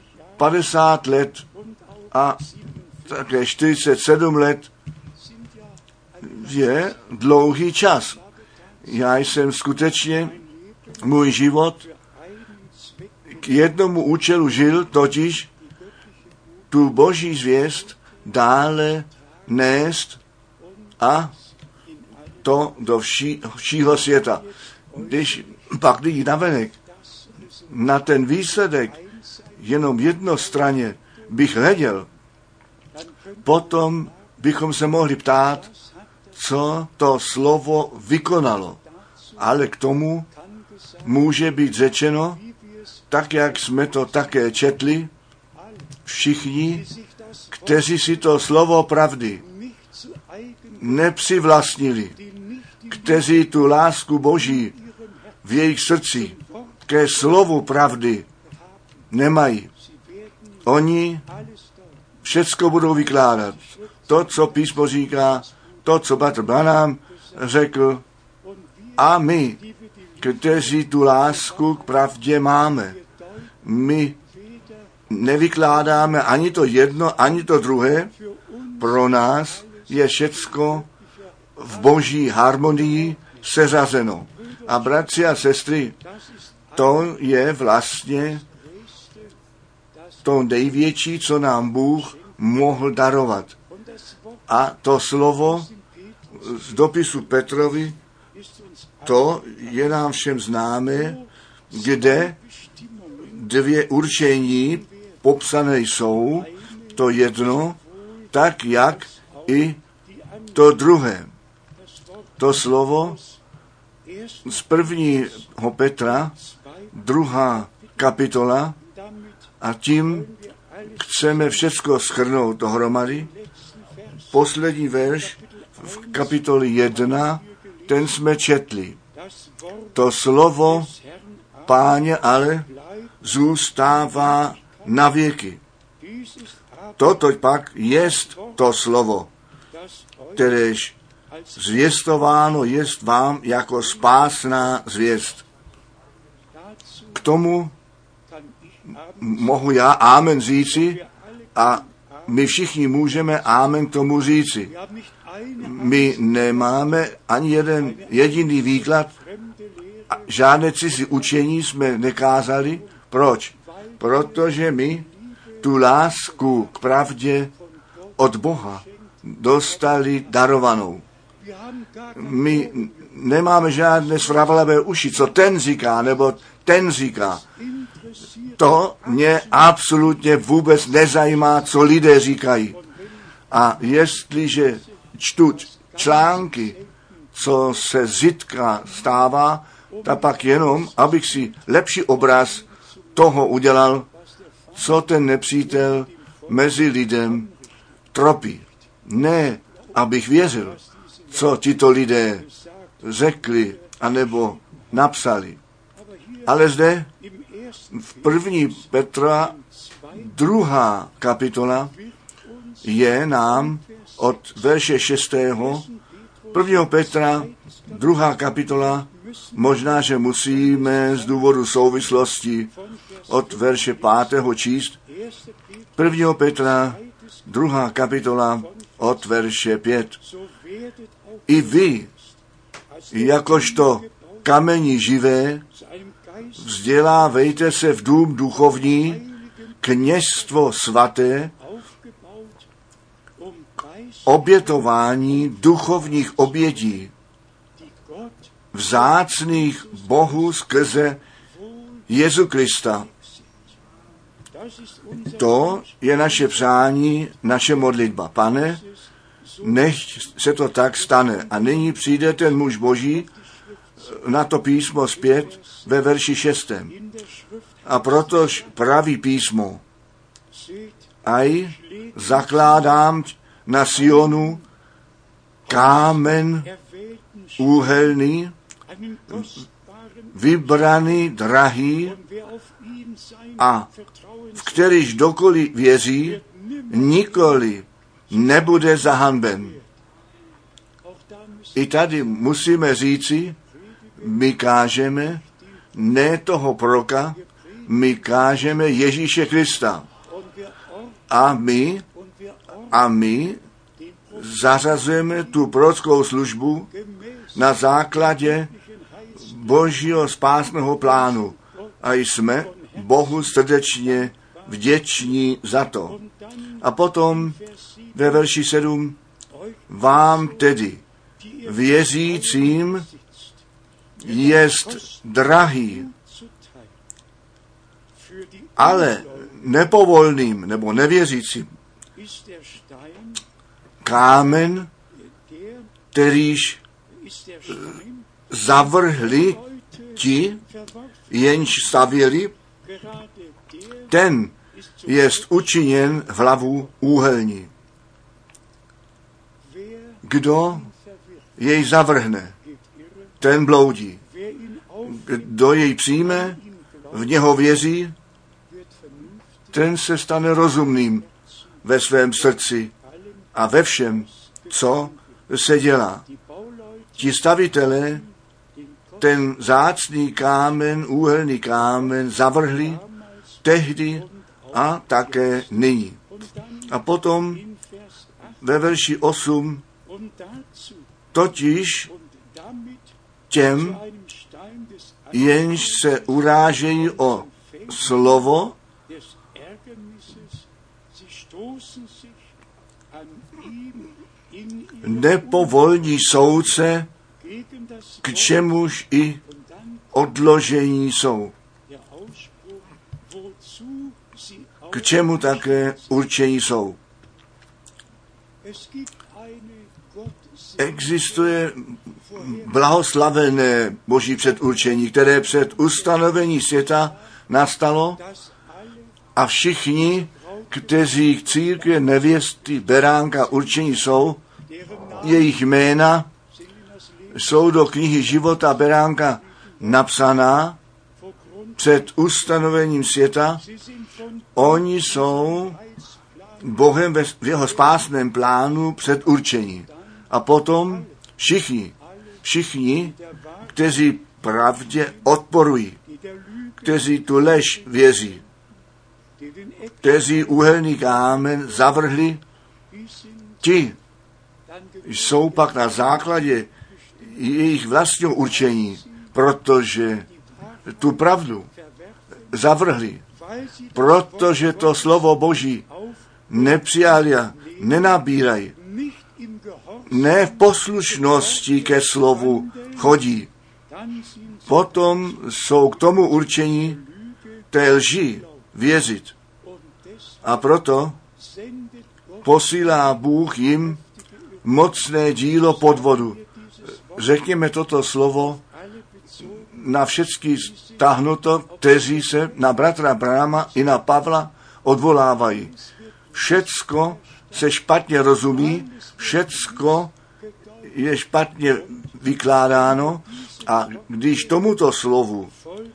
padesát let a také čtyřicet sedm let je dlouhý čas. Já jsem skutečně můj život k jednomu účelu žil, totiž tu boží zvěst dále nést a to do vší, všího světa. Když pak lidi navenek na ten výsledek jenom jednostranně bych hleděl, potom bychom se mohli ptát, co to slovo vykonalo. Ale k tomu může být řečeno, tak jak jsme to také četli, všichni, kteří si to slovo pravdy nepřivlastnili, kteří tu lásku Boží v jejich srdci ke slovu pravdy nemají. Oni všecko budou vykládat. To, co písmo říká, to, co Bratr Branham řekl, a my, kteří tu lásku k pravdě máme, my nevykládáme ani to jedno, ani to druhé. Pro nás je všecko v boží harmonii seřazeno. A bratři a sestry, to je vlastně to největší, co nám Bůh mohl darovat. A to slovo z dopisu Petrovi, to je nám všem známé, kde dvě určení popsané jsou, to jedno, tak jak i to druhé. To slovo z prvního Petra, druhá kapitola, a tím chceme všecko shrnout dohromady. Poslední verš v kapitole jedna, ten jsme četli. To slovo Páně ale zůstává na věky. Toto pak jest to slovo, kteréž zvěstováno jest vám jako spásná zvěst. K tomu mohu já amen říci a my všichni můžeme amen tomu říci. My nemáme ani jeden jediný výklad, žádné cizí učení jsme nekázali. Proč? Protože my tu lásku k pravdě od Boha dostali darovanou. My nemáme žádné svravlavé uši, co ten říká, nebo ten říká. To mě absolutně vůbec nezajímá, co lidé říkají. A jestliže čtu články, co se zítra stává, tak pak jenom, abych si lepší obraz toho udělal, co ten nepřítel mezi lidem tropí. Ne, abych věřil, co tito lidé řekli anebo napsali. Ale zde v první Petra druhá kapitola je nám od verše šestého, prvního Petra druhá kapitola, možná, že musíme z důvodu souvislosti od verše pátého číst. prvního Petra druhá kapitola od verše pět. I vy, jakožto kameni živé, vzdělávejte se v dům duchovní, kněžstvo svaté, obětování duchovních obětí, vzácných Bohu skrze Jezu Krista. To je naše přání, naše modlitba. Pane, nech se to tak stane. A nyní přijde ten muž Boží na to písmo zpět ve verši šestém. A protož praví písmo, aj zakládám na Sionu kámen úhelný, vybraný, drahý, a v kterýž dokoliv věří, nikoli nebude zahanben. I tady musíme říci, my kážeme ne toho proroka, my kážeme Ježíše Krista. A my, a my zařazujeme tu prorockou službu na základě Božího spásného plánu a jsme Bohu srdečně vděční za to. A potom ve verši sedm vám tedy věřícím jest drahý, ale nepovolným nebo nevěřícím kámen, kterýž zavrhli ti, jenž stavěli, ten jest učiněn v hlavu úhelní. Kdo jej zavrhne, ten bloudí. Kdo jej přijme, v něho věří, ten se stane rozumným ve svém srdci a ve všem, co se dělá. Ti stavitelé ten vzácný kámen, úhelný kámen zavrhli tehdy a také nyní. A potom ve verši osm totiž těm, jenž se urážejí o slovo, nepovolní soudce, k čemuž i odložení jsou. K čemu také určení jsou. Existuje blahoslavené Boží předurčení, které před ustanovení světa nastalo a všichni, kteří k církvi nevěsty beránka určení jsou, jejich jména jsou do knihy života beránka napsaná před ustanovením světa. Oni jsou Bohem v jeho spásném plánu předurčení. A potom všichni, všichni, kteří pravdě odporují, kteří tu lež věří, kteří úhelný kámen zavrhli, ti jsou pak na základě jejich vlastního určení, protože tu pravdu zavrhli, protože to slovo Boží nepřijali a nenabírají, ne v poslušnosti ke slovu chodí. Potom jsou k tomu určení té lži věřit. A proto posílá Bůh jim mocné dílo podvodu. Řekněme toto slovo na všechny stáhnuto, kteří se na bratra Branhama i na Pavla odvolávají. Všecko se špatně rozumí, všecko je špatně vykládáno a když tomuto slovu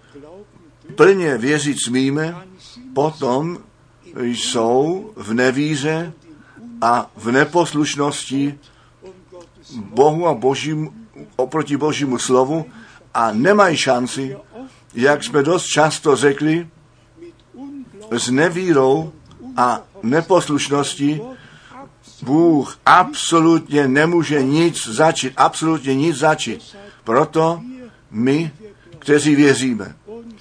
plně věřit smíme, potom jsou v nevíře a v neposlušnosti Bohu a božímu, oproti Božímu slovu a nemají šanci, jak jsme dost často řekli, s nevírou a neposlušností Bůh absolutně nemůže nic začít, absolutně nic začít. Proto my, kteří věříme,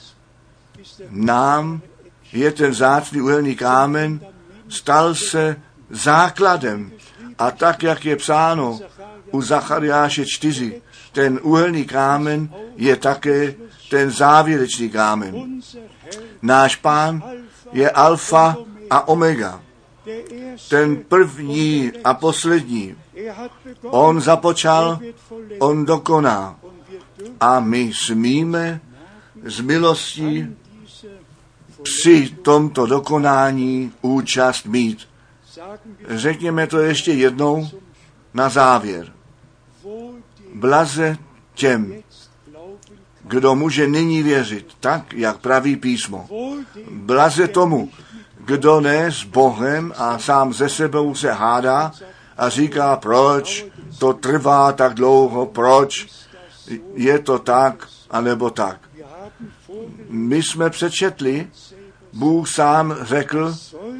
nám je ten vzácný úhelný kámen, stal se základem. A tak, jak je psáno u Zachariáše čtyři, ten úhelný kámen je také ten závěrečný kámen. Náš Pán je alfa a omega, ten první a poslední. On započal, on dokoná. A my smíme z milostí při tomto dokonání účast mít. Řekněme to ještě jednou na závěr. Blaze těm, kdo může nyní věřit, tak, jak praví písmo. Blaze tomu, kdo ne s Bohem a sám ze sebou se hádá a říká, proč to trvá tak dlouho, proč je to tak, anebo tak. My jsme přečetli, Bůh sám řekl,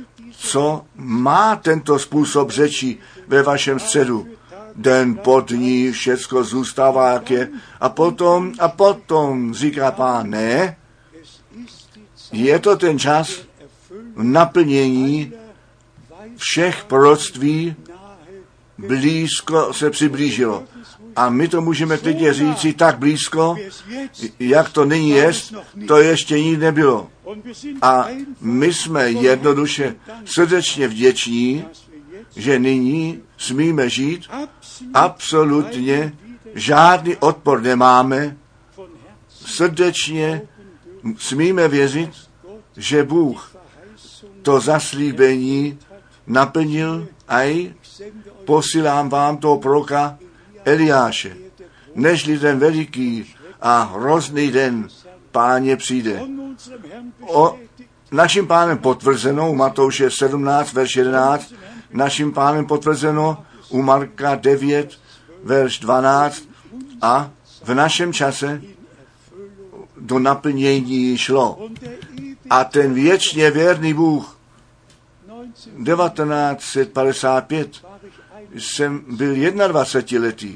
co má tento způsob řeči ve vašem středu. Den po dní všecko zůstává, jak je. A potom, a potom, říká Pán, ne, je to ten čas naplnění všech proroctví blízko se přiblížilo. A my to můžeme teď říci tak blízko, jak to nyní jest, to ještě nikdy nebylo. A my jsme jednoduše srdečně vděční, že nyní smíme žít, absolutně žádný odpor nemáme, srdečně smíme věřit, že Bůh to zaslíbení naplnil a i posílám vám toho proroka Eliáše, nežli ten veliký a hrozný den Páně přijde. O naším Pánem potvrzeno u Matouše sedmnáct, verš jedenáct, naším Pánem potvrzeno u Marka devět, verš dvanáct a v našem čase do naplnění šlo. A ten věčně věrný Bůh devatenáct set padesát pět jsem byl dvacetiletý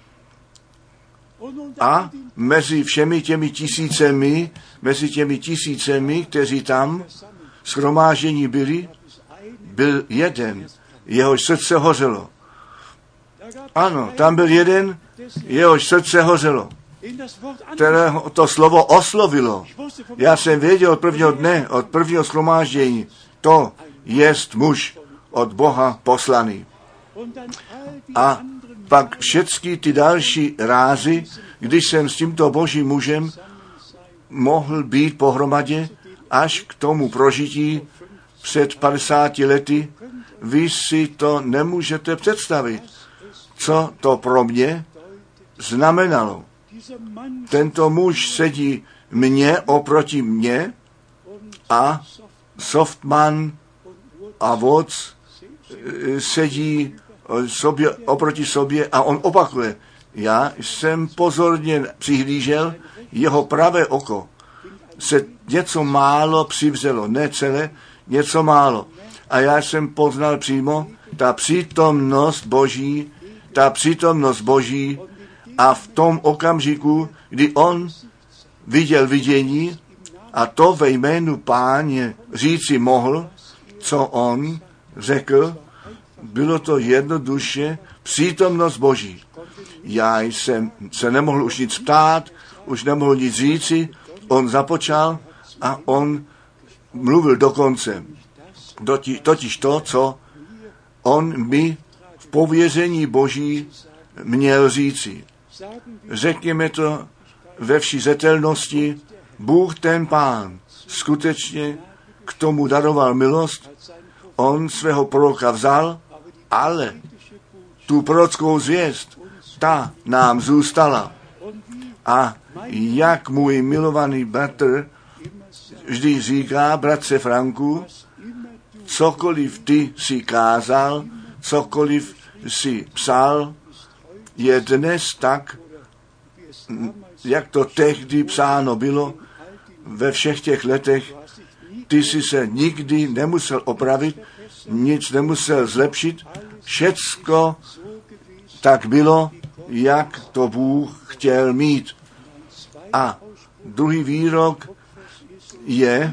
a mezi všemi těmi tisícemi, mezi těmi tisícemi, kteří tam shromáždění byli, byl jeden, jehož srdce hořelo. Ano, tam byl jeden, jehož srdce hořelo, které to slovo oslovilo. Já jsem věděl od prvního dne, od prvního shromáždění, to jest muž od Boha poslaný. A pak všechny ty další rázy, když jsem s tímto božím mužem mohl být pohromadě až k tomu prožití před padesáti lety, vy si to nemůžete představit, co to pro mě znamenalo. Tento muž sedí mně oproti mně a Softman a Watts sedí sobě, oproti sobě a on opakuje. Já jsem pozorně přihlížel, jeho pravé oko se něco málo přivzelo, ne celé, něco málo. A já jsem poznal přímo ta přítomnost Boží, ta přítomnost Boží a v tom okamžiku, kdy on viděl vidění a to ve jménu Páně říci mohl, co on řekl, bylo to jednoduše přítomnost Boží. Já jsem se nemohl už nic ptát, už nemohl nic říci, on započal a on mluvil dokonce. Totiž to, co on mi v pověření Boží měl říci. Řekněme to ve vší zetelnosti, Bůh ten Pán skutečně k tomu daroval milost, on svého proroka vzal, ale tu prorockou zvěst, ta nám zůstala. A jak můj milovaný bratr vždy říká, bratře Franku, cokoliv ty si kázal, cokoliv si psal, je dnes tak, jak to tehdy psáno bylo, ve všech těch letech, ty si se nikdy nemusel opravit, nic nemusel zlepšit, všecko tak bylo, jak to Bůh chtěl mít. A druhý výrok je,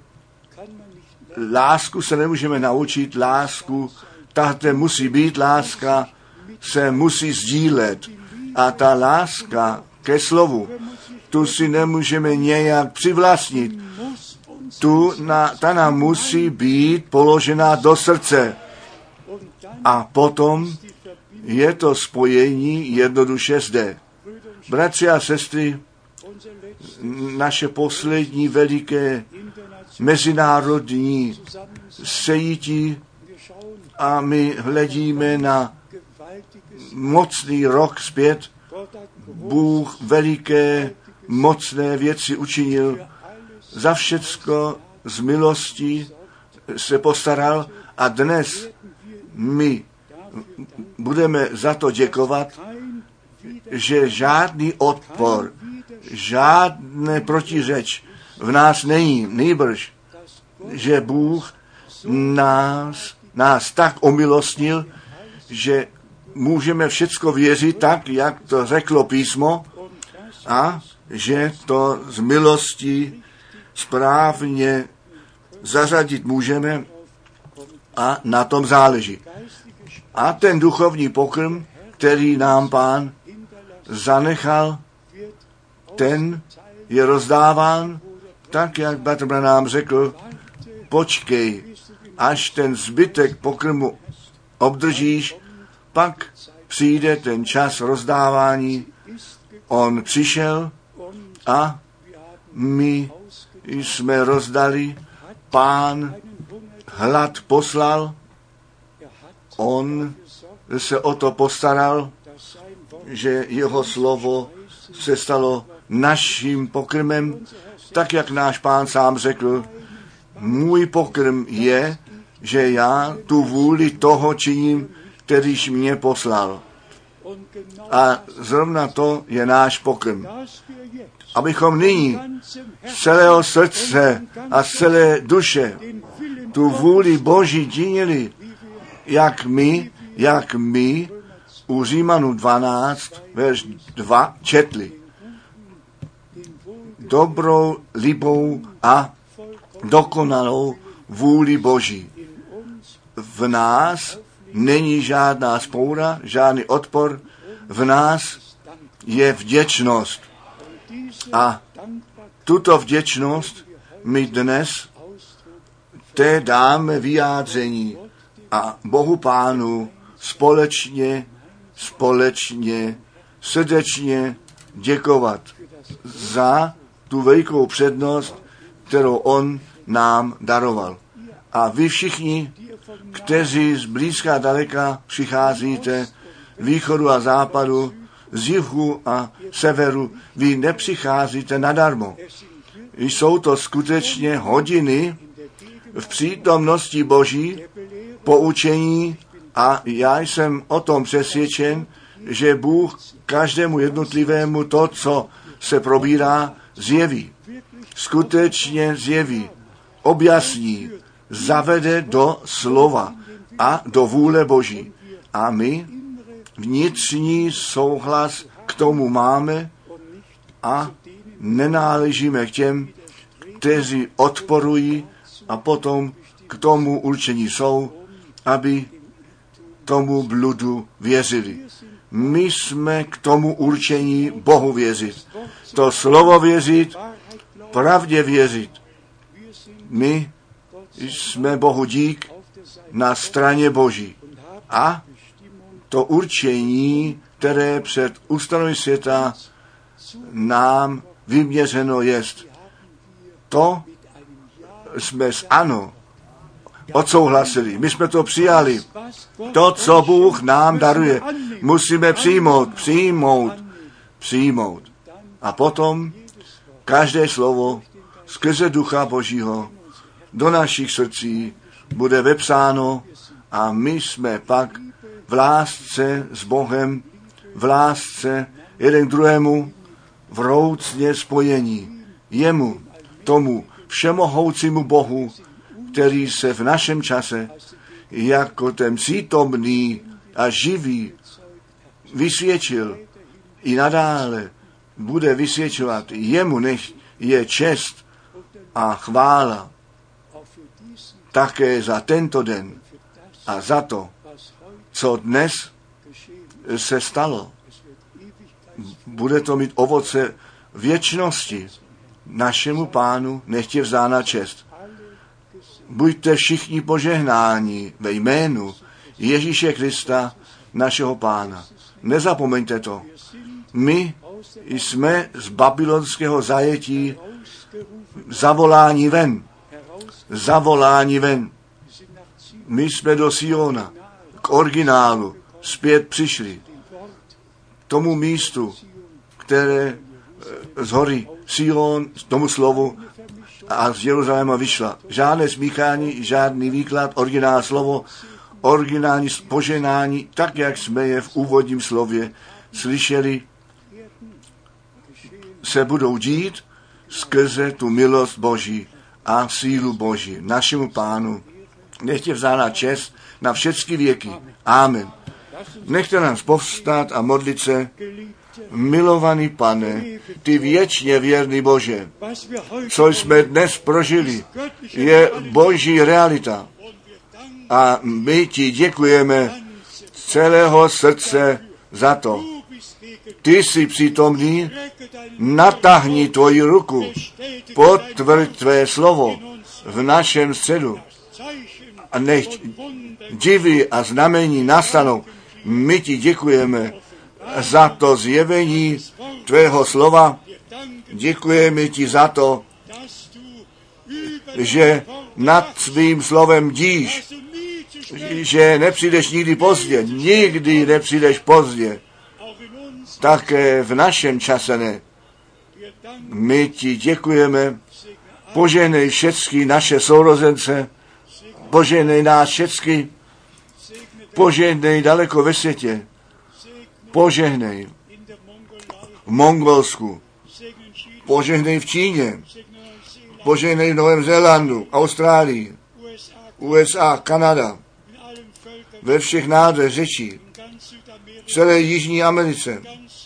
lásku se nemůžeme naučit, lásku, tahte musí být, láska se musí sdílet. A ta láska ke slovu, tu si nemůžeme nějak přivlastnit. Tu na, ta nám musí být položená do srdce. A potom je to spojení jednoduše zde. Bratři a sestry, naše poslední veliké mezinárodní sejítí a my hledíme na mocný rok zpět. Bůh veliké, mocné věci učinil, za všecko z milosti se postaral a dnes my budeme za to děkovat, že žádný odpor, žádné protiřeč v nás není, nýbrž, že Bůh nás, nás tak omilostnil, že můžeme všecko věřit tak, jak to řeklo písmo, a že to z milosti správně zařadit můžeme a na tom záleží. A ten duchovní pokrm, který nám Pán zanechal, ten je rozdáván tak, jak bratr Branham řekl, počkej, až ten zbytek pokrmu obdržíš, pak přijde ten čas rozdávání. On přišel a my jsme rozdali, Pán hlad poslal, on se o to postaral, že jeho slovo se stalo naším pokrmem, tak jak náš Pán sám řekl, můj pokrm je, že já tu vůli toho činím, kterýž mě poslal. A zrovna to je náš pokrm. Abychom nyní z celého srdce a z celé duše tu vůli Boží činili, jak my, jak my u Římanů dvanáct, verš dva četli. Dobrou, libou a dokonalou vůli Boží. V nás není žádná spoura, žádný odpor, v nás je vděčnost. A tuto vděčnost my dnes té dáme vyjádření a Bohu Pánu společně, společně, srdečně děkovat za tu velikou přednost, kterou on nám daroval. A vy všichni, kteří z blízka a daleka přicházíte, východu a západu, z jihu a severu, vy nepřicházíte nadarmo. Jsou to skutečně hodiny v přítomnosti Boží, poučení, a já jsem o tom přesvědčen, že Bůh každému jednotlivému to, co se probírá, zjeví. Skutečně zjeví, objasní, zavede do slova a do vůle Boží. A my vnitřní souhlas k tomu máme a nenáležíme k těm, kteří odporují a potom k tomu určení jsou, aby tomu bludu věřili. My jsme k tomu určení Bohu věřit. To slovo věřit, pravdě věřit. My jsme Bohu dík na straně Boží. A to určení, které před ustanovením světa nám vyměřeno jest, to jsme s ano odsouhlasili. My jsme to přijali. To, co Bůh nám daruje, musíme přijmout, přijmout, přijmout. A potom každé slovo skrze Ducha Božího do našich srdcí bude vepsáno a my jsme pak v lásce s Bohem, v lásce jeden k druhému, vroucně spojení. Jemu, tomu všemohoucímu Bohu, který se v našem čase jako ten přítomný a živý vysvědčil i nadále bude vysvědčovat. Jemu nech je čest a chvála také za tento den a za to, co dnes se stalo. Bude to mít ovoce věčnosti. Našemu Pánu nechť je vzána čest. Buďte všichni požehnáni ve jménu Ježíše Krista, našeho Pána. Nezapomeňte to. My jsme z babylonského zajetí zavoláni ven. Zavoláni ven. My jsme do Siona, k originálu, zpět přišli. Tomu místu, které z hory Sion, tomu slovu a z Jeruzaléma vyšla. Žádné smíchání, žádný výklad, originální slovo, originální poženání, tak, jak jsme je v úvodním slově slyšeli, se budou dít skrze tu milost Boží a sílu Boží. Našemu Pánu Nech je vzána čest na všechny věky. Amen. Nechte nás povstat a modlit se. Milovaný Pane, ty věčně věrný Bože, co jsme dnes prožili, je boží realita. A my ti děkujeme z celého srdce za to. Ty jsi přítomný, natáhni tvoji ruku, potvrď tvé slovo v našem středu a nech divy a znamení nastanou. My ti děkujeme za to zjevení tvého slova. Děkujeme ti za to, že nad svým slovem díš, že nepřijdeš nikdy pozdě, nikdy nepřijdeš pozdě. Také v našem čase ne. My ti děkujeme, požehnej všechny naše sourozence, požehnej nás všechny, požehnej daleko ve světě, požehnej v Mongolsku, požehnej v Číně, požehnej v Novém Zélandu, Austrálii, U S A, Kanada, ve všech národech řečí, celé Jižní Americe,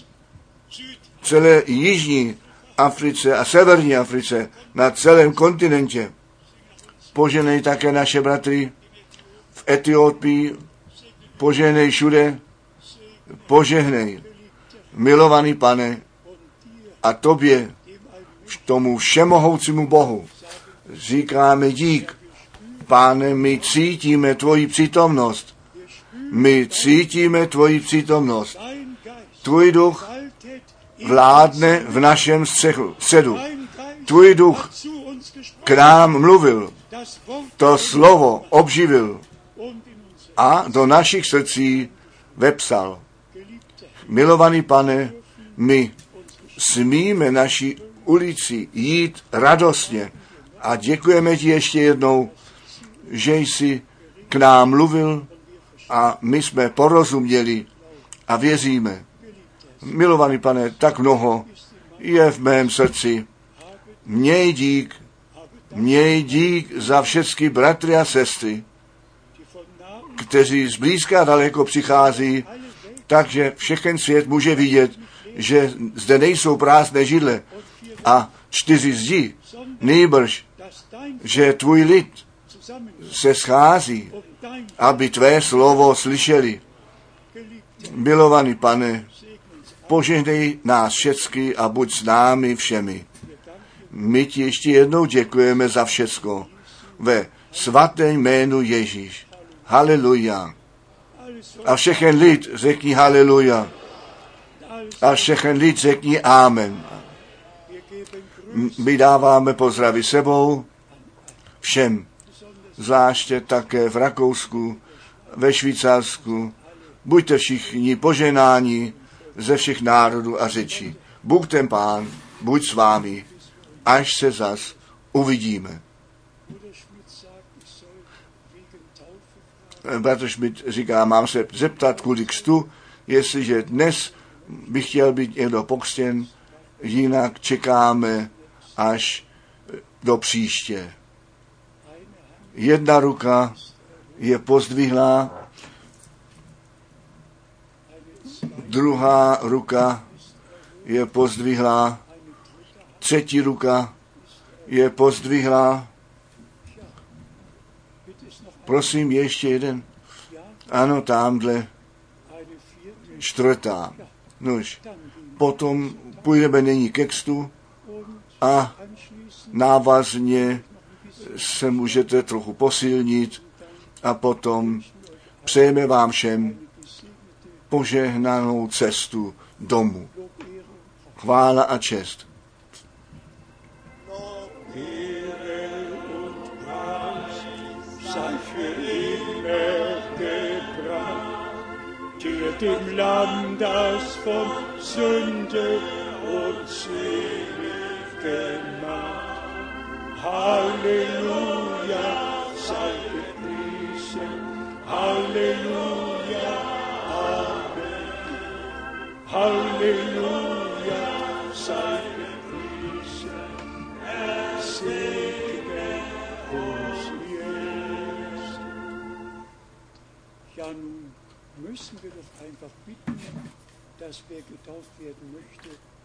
celé Jižní Africe a Severní Africe, na celém kontinentě. Požehnej také naše bratry v Etiopii, požehnej všude, požehnej, milovaný Pane, a tobě, tomu všemohoucímu Bohu, říkáme dík. Pane, my cítíme tvoji přítomnost. My cítíme tvoji přítomnost. Tvůj duch vládne v našem střechu, středu. Tvůj duch k nám mluvil. To slovo obživil a do našich srdcí vepsal. Milovaný Pane, my smíme naší ulici jít radostně a děkujeme ti ještě jednou, že jsi k nám mluvil a my jsme porozuměli a věříme. Milovaný Pane, tak mnoho je v mém srdci. Měj dík, měj dík za všechny bratry a sestry, kteří zblízka daleko přichází, takže všechen svět může vidět, že zde nejsou prázdné židle a čtyři zdi, nýbrž, že tvůj lid se schází, aby tvé slovo slyšeli. Milovaný Pane, požehnej nás všechny a buď s námi všemi. My ti ještě jednou děkujeme za všecko. Ve svatém jménu Ježíš. Haleluja. A všechen lid řekni haleluja. A všechen lid řekni amen. My dáváme pozdravy sebou všem, zvláště také v Rakousku, ve Švýcarsku. Buďte všichni poženáni ze všech národů a řečí. Bůh ten Pán, buď s vámi, až se zas uvidíme. Bratr Schmidt říká, mám se zeptat kvůli křtu, jestliže dnes bych chtěl být někdo pokřtěn, jinak čekáme až do příště. Jedna ruka je pozdvihlá, druhá ruka je pozdvihlá, třetí ruka je pozdvihlá. Prosím, ještě jeden. Ano, tamhle čtvrtá. Nož, potom půjdeme nyní ke křtu a návazně se můžete trochu posilnit a potom přejeme vám všem požehnanou cestu domů. Chvála a čest. Dem Land, das von Sünde und Selig gemacht. Halleluja, sei gepriesen. Halleluja, Amen. Halleluja, sei gepriesen. Er segne uns jetzt. müssen wir doch einfach bitten, dass wer getauft werden möchte,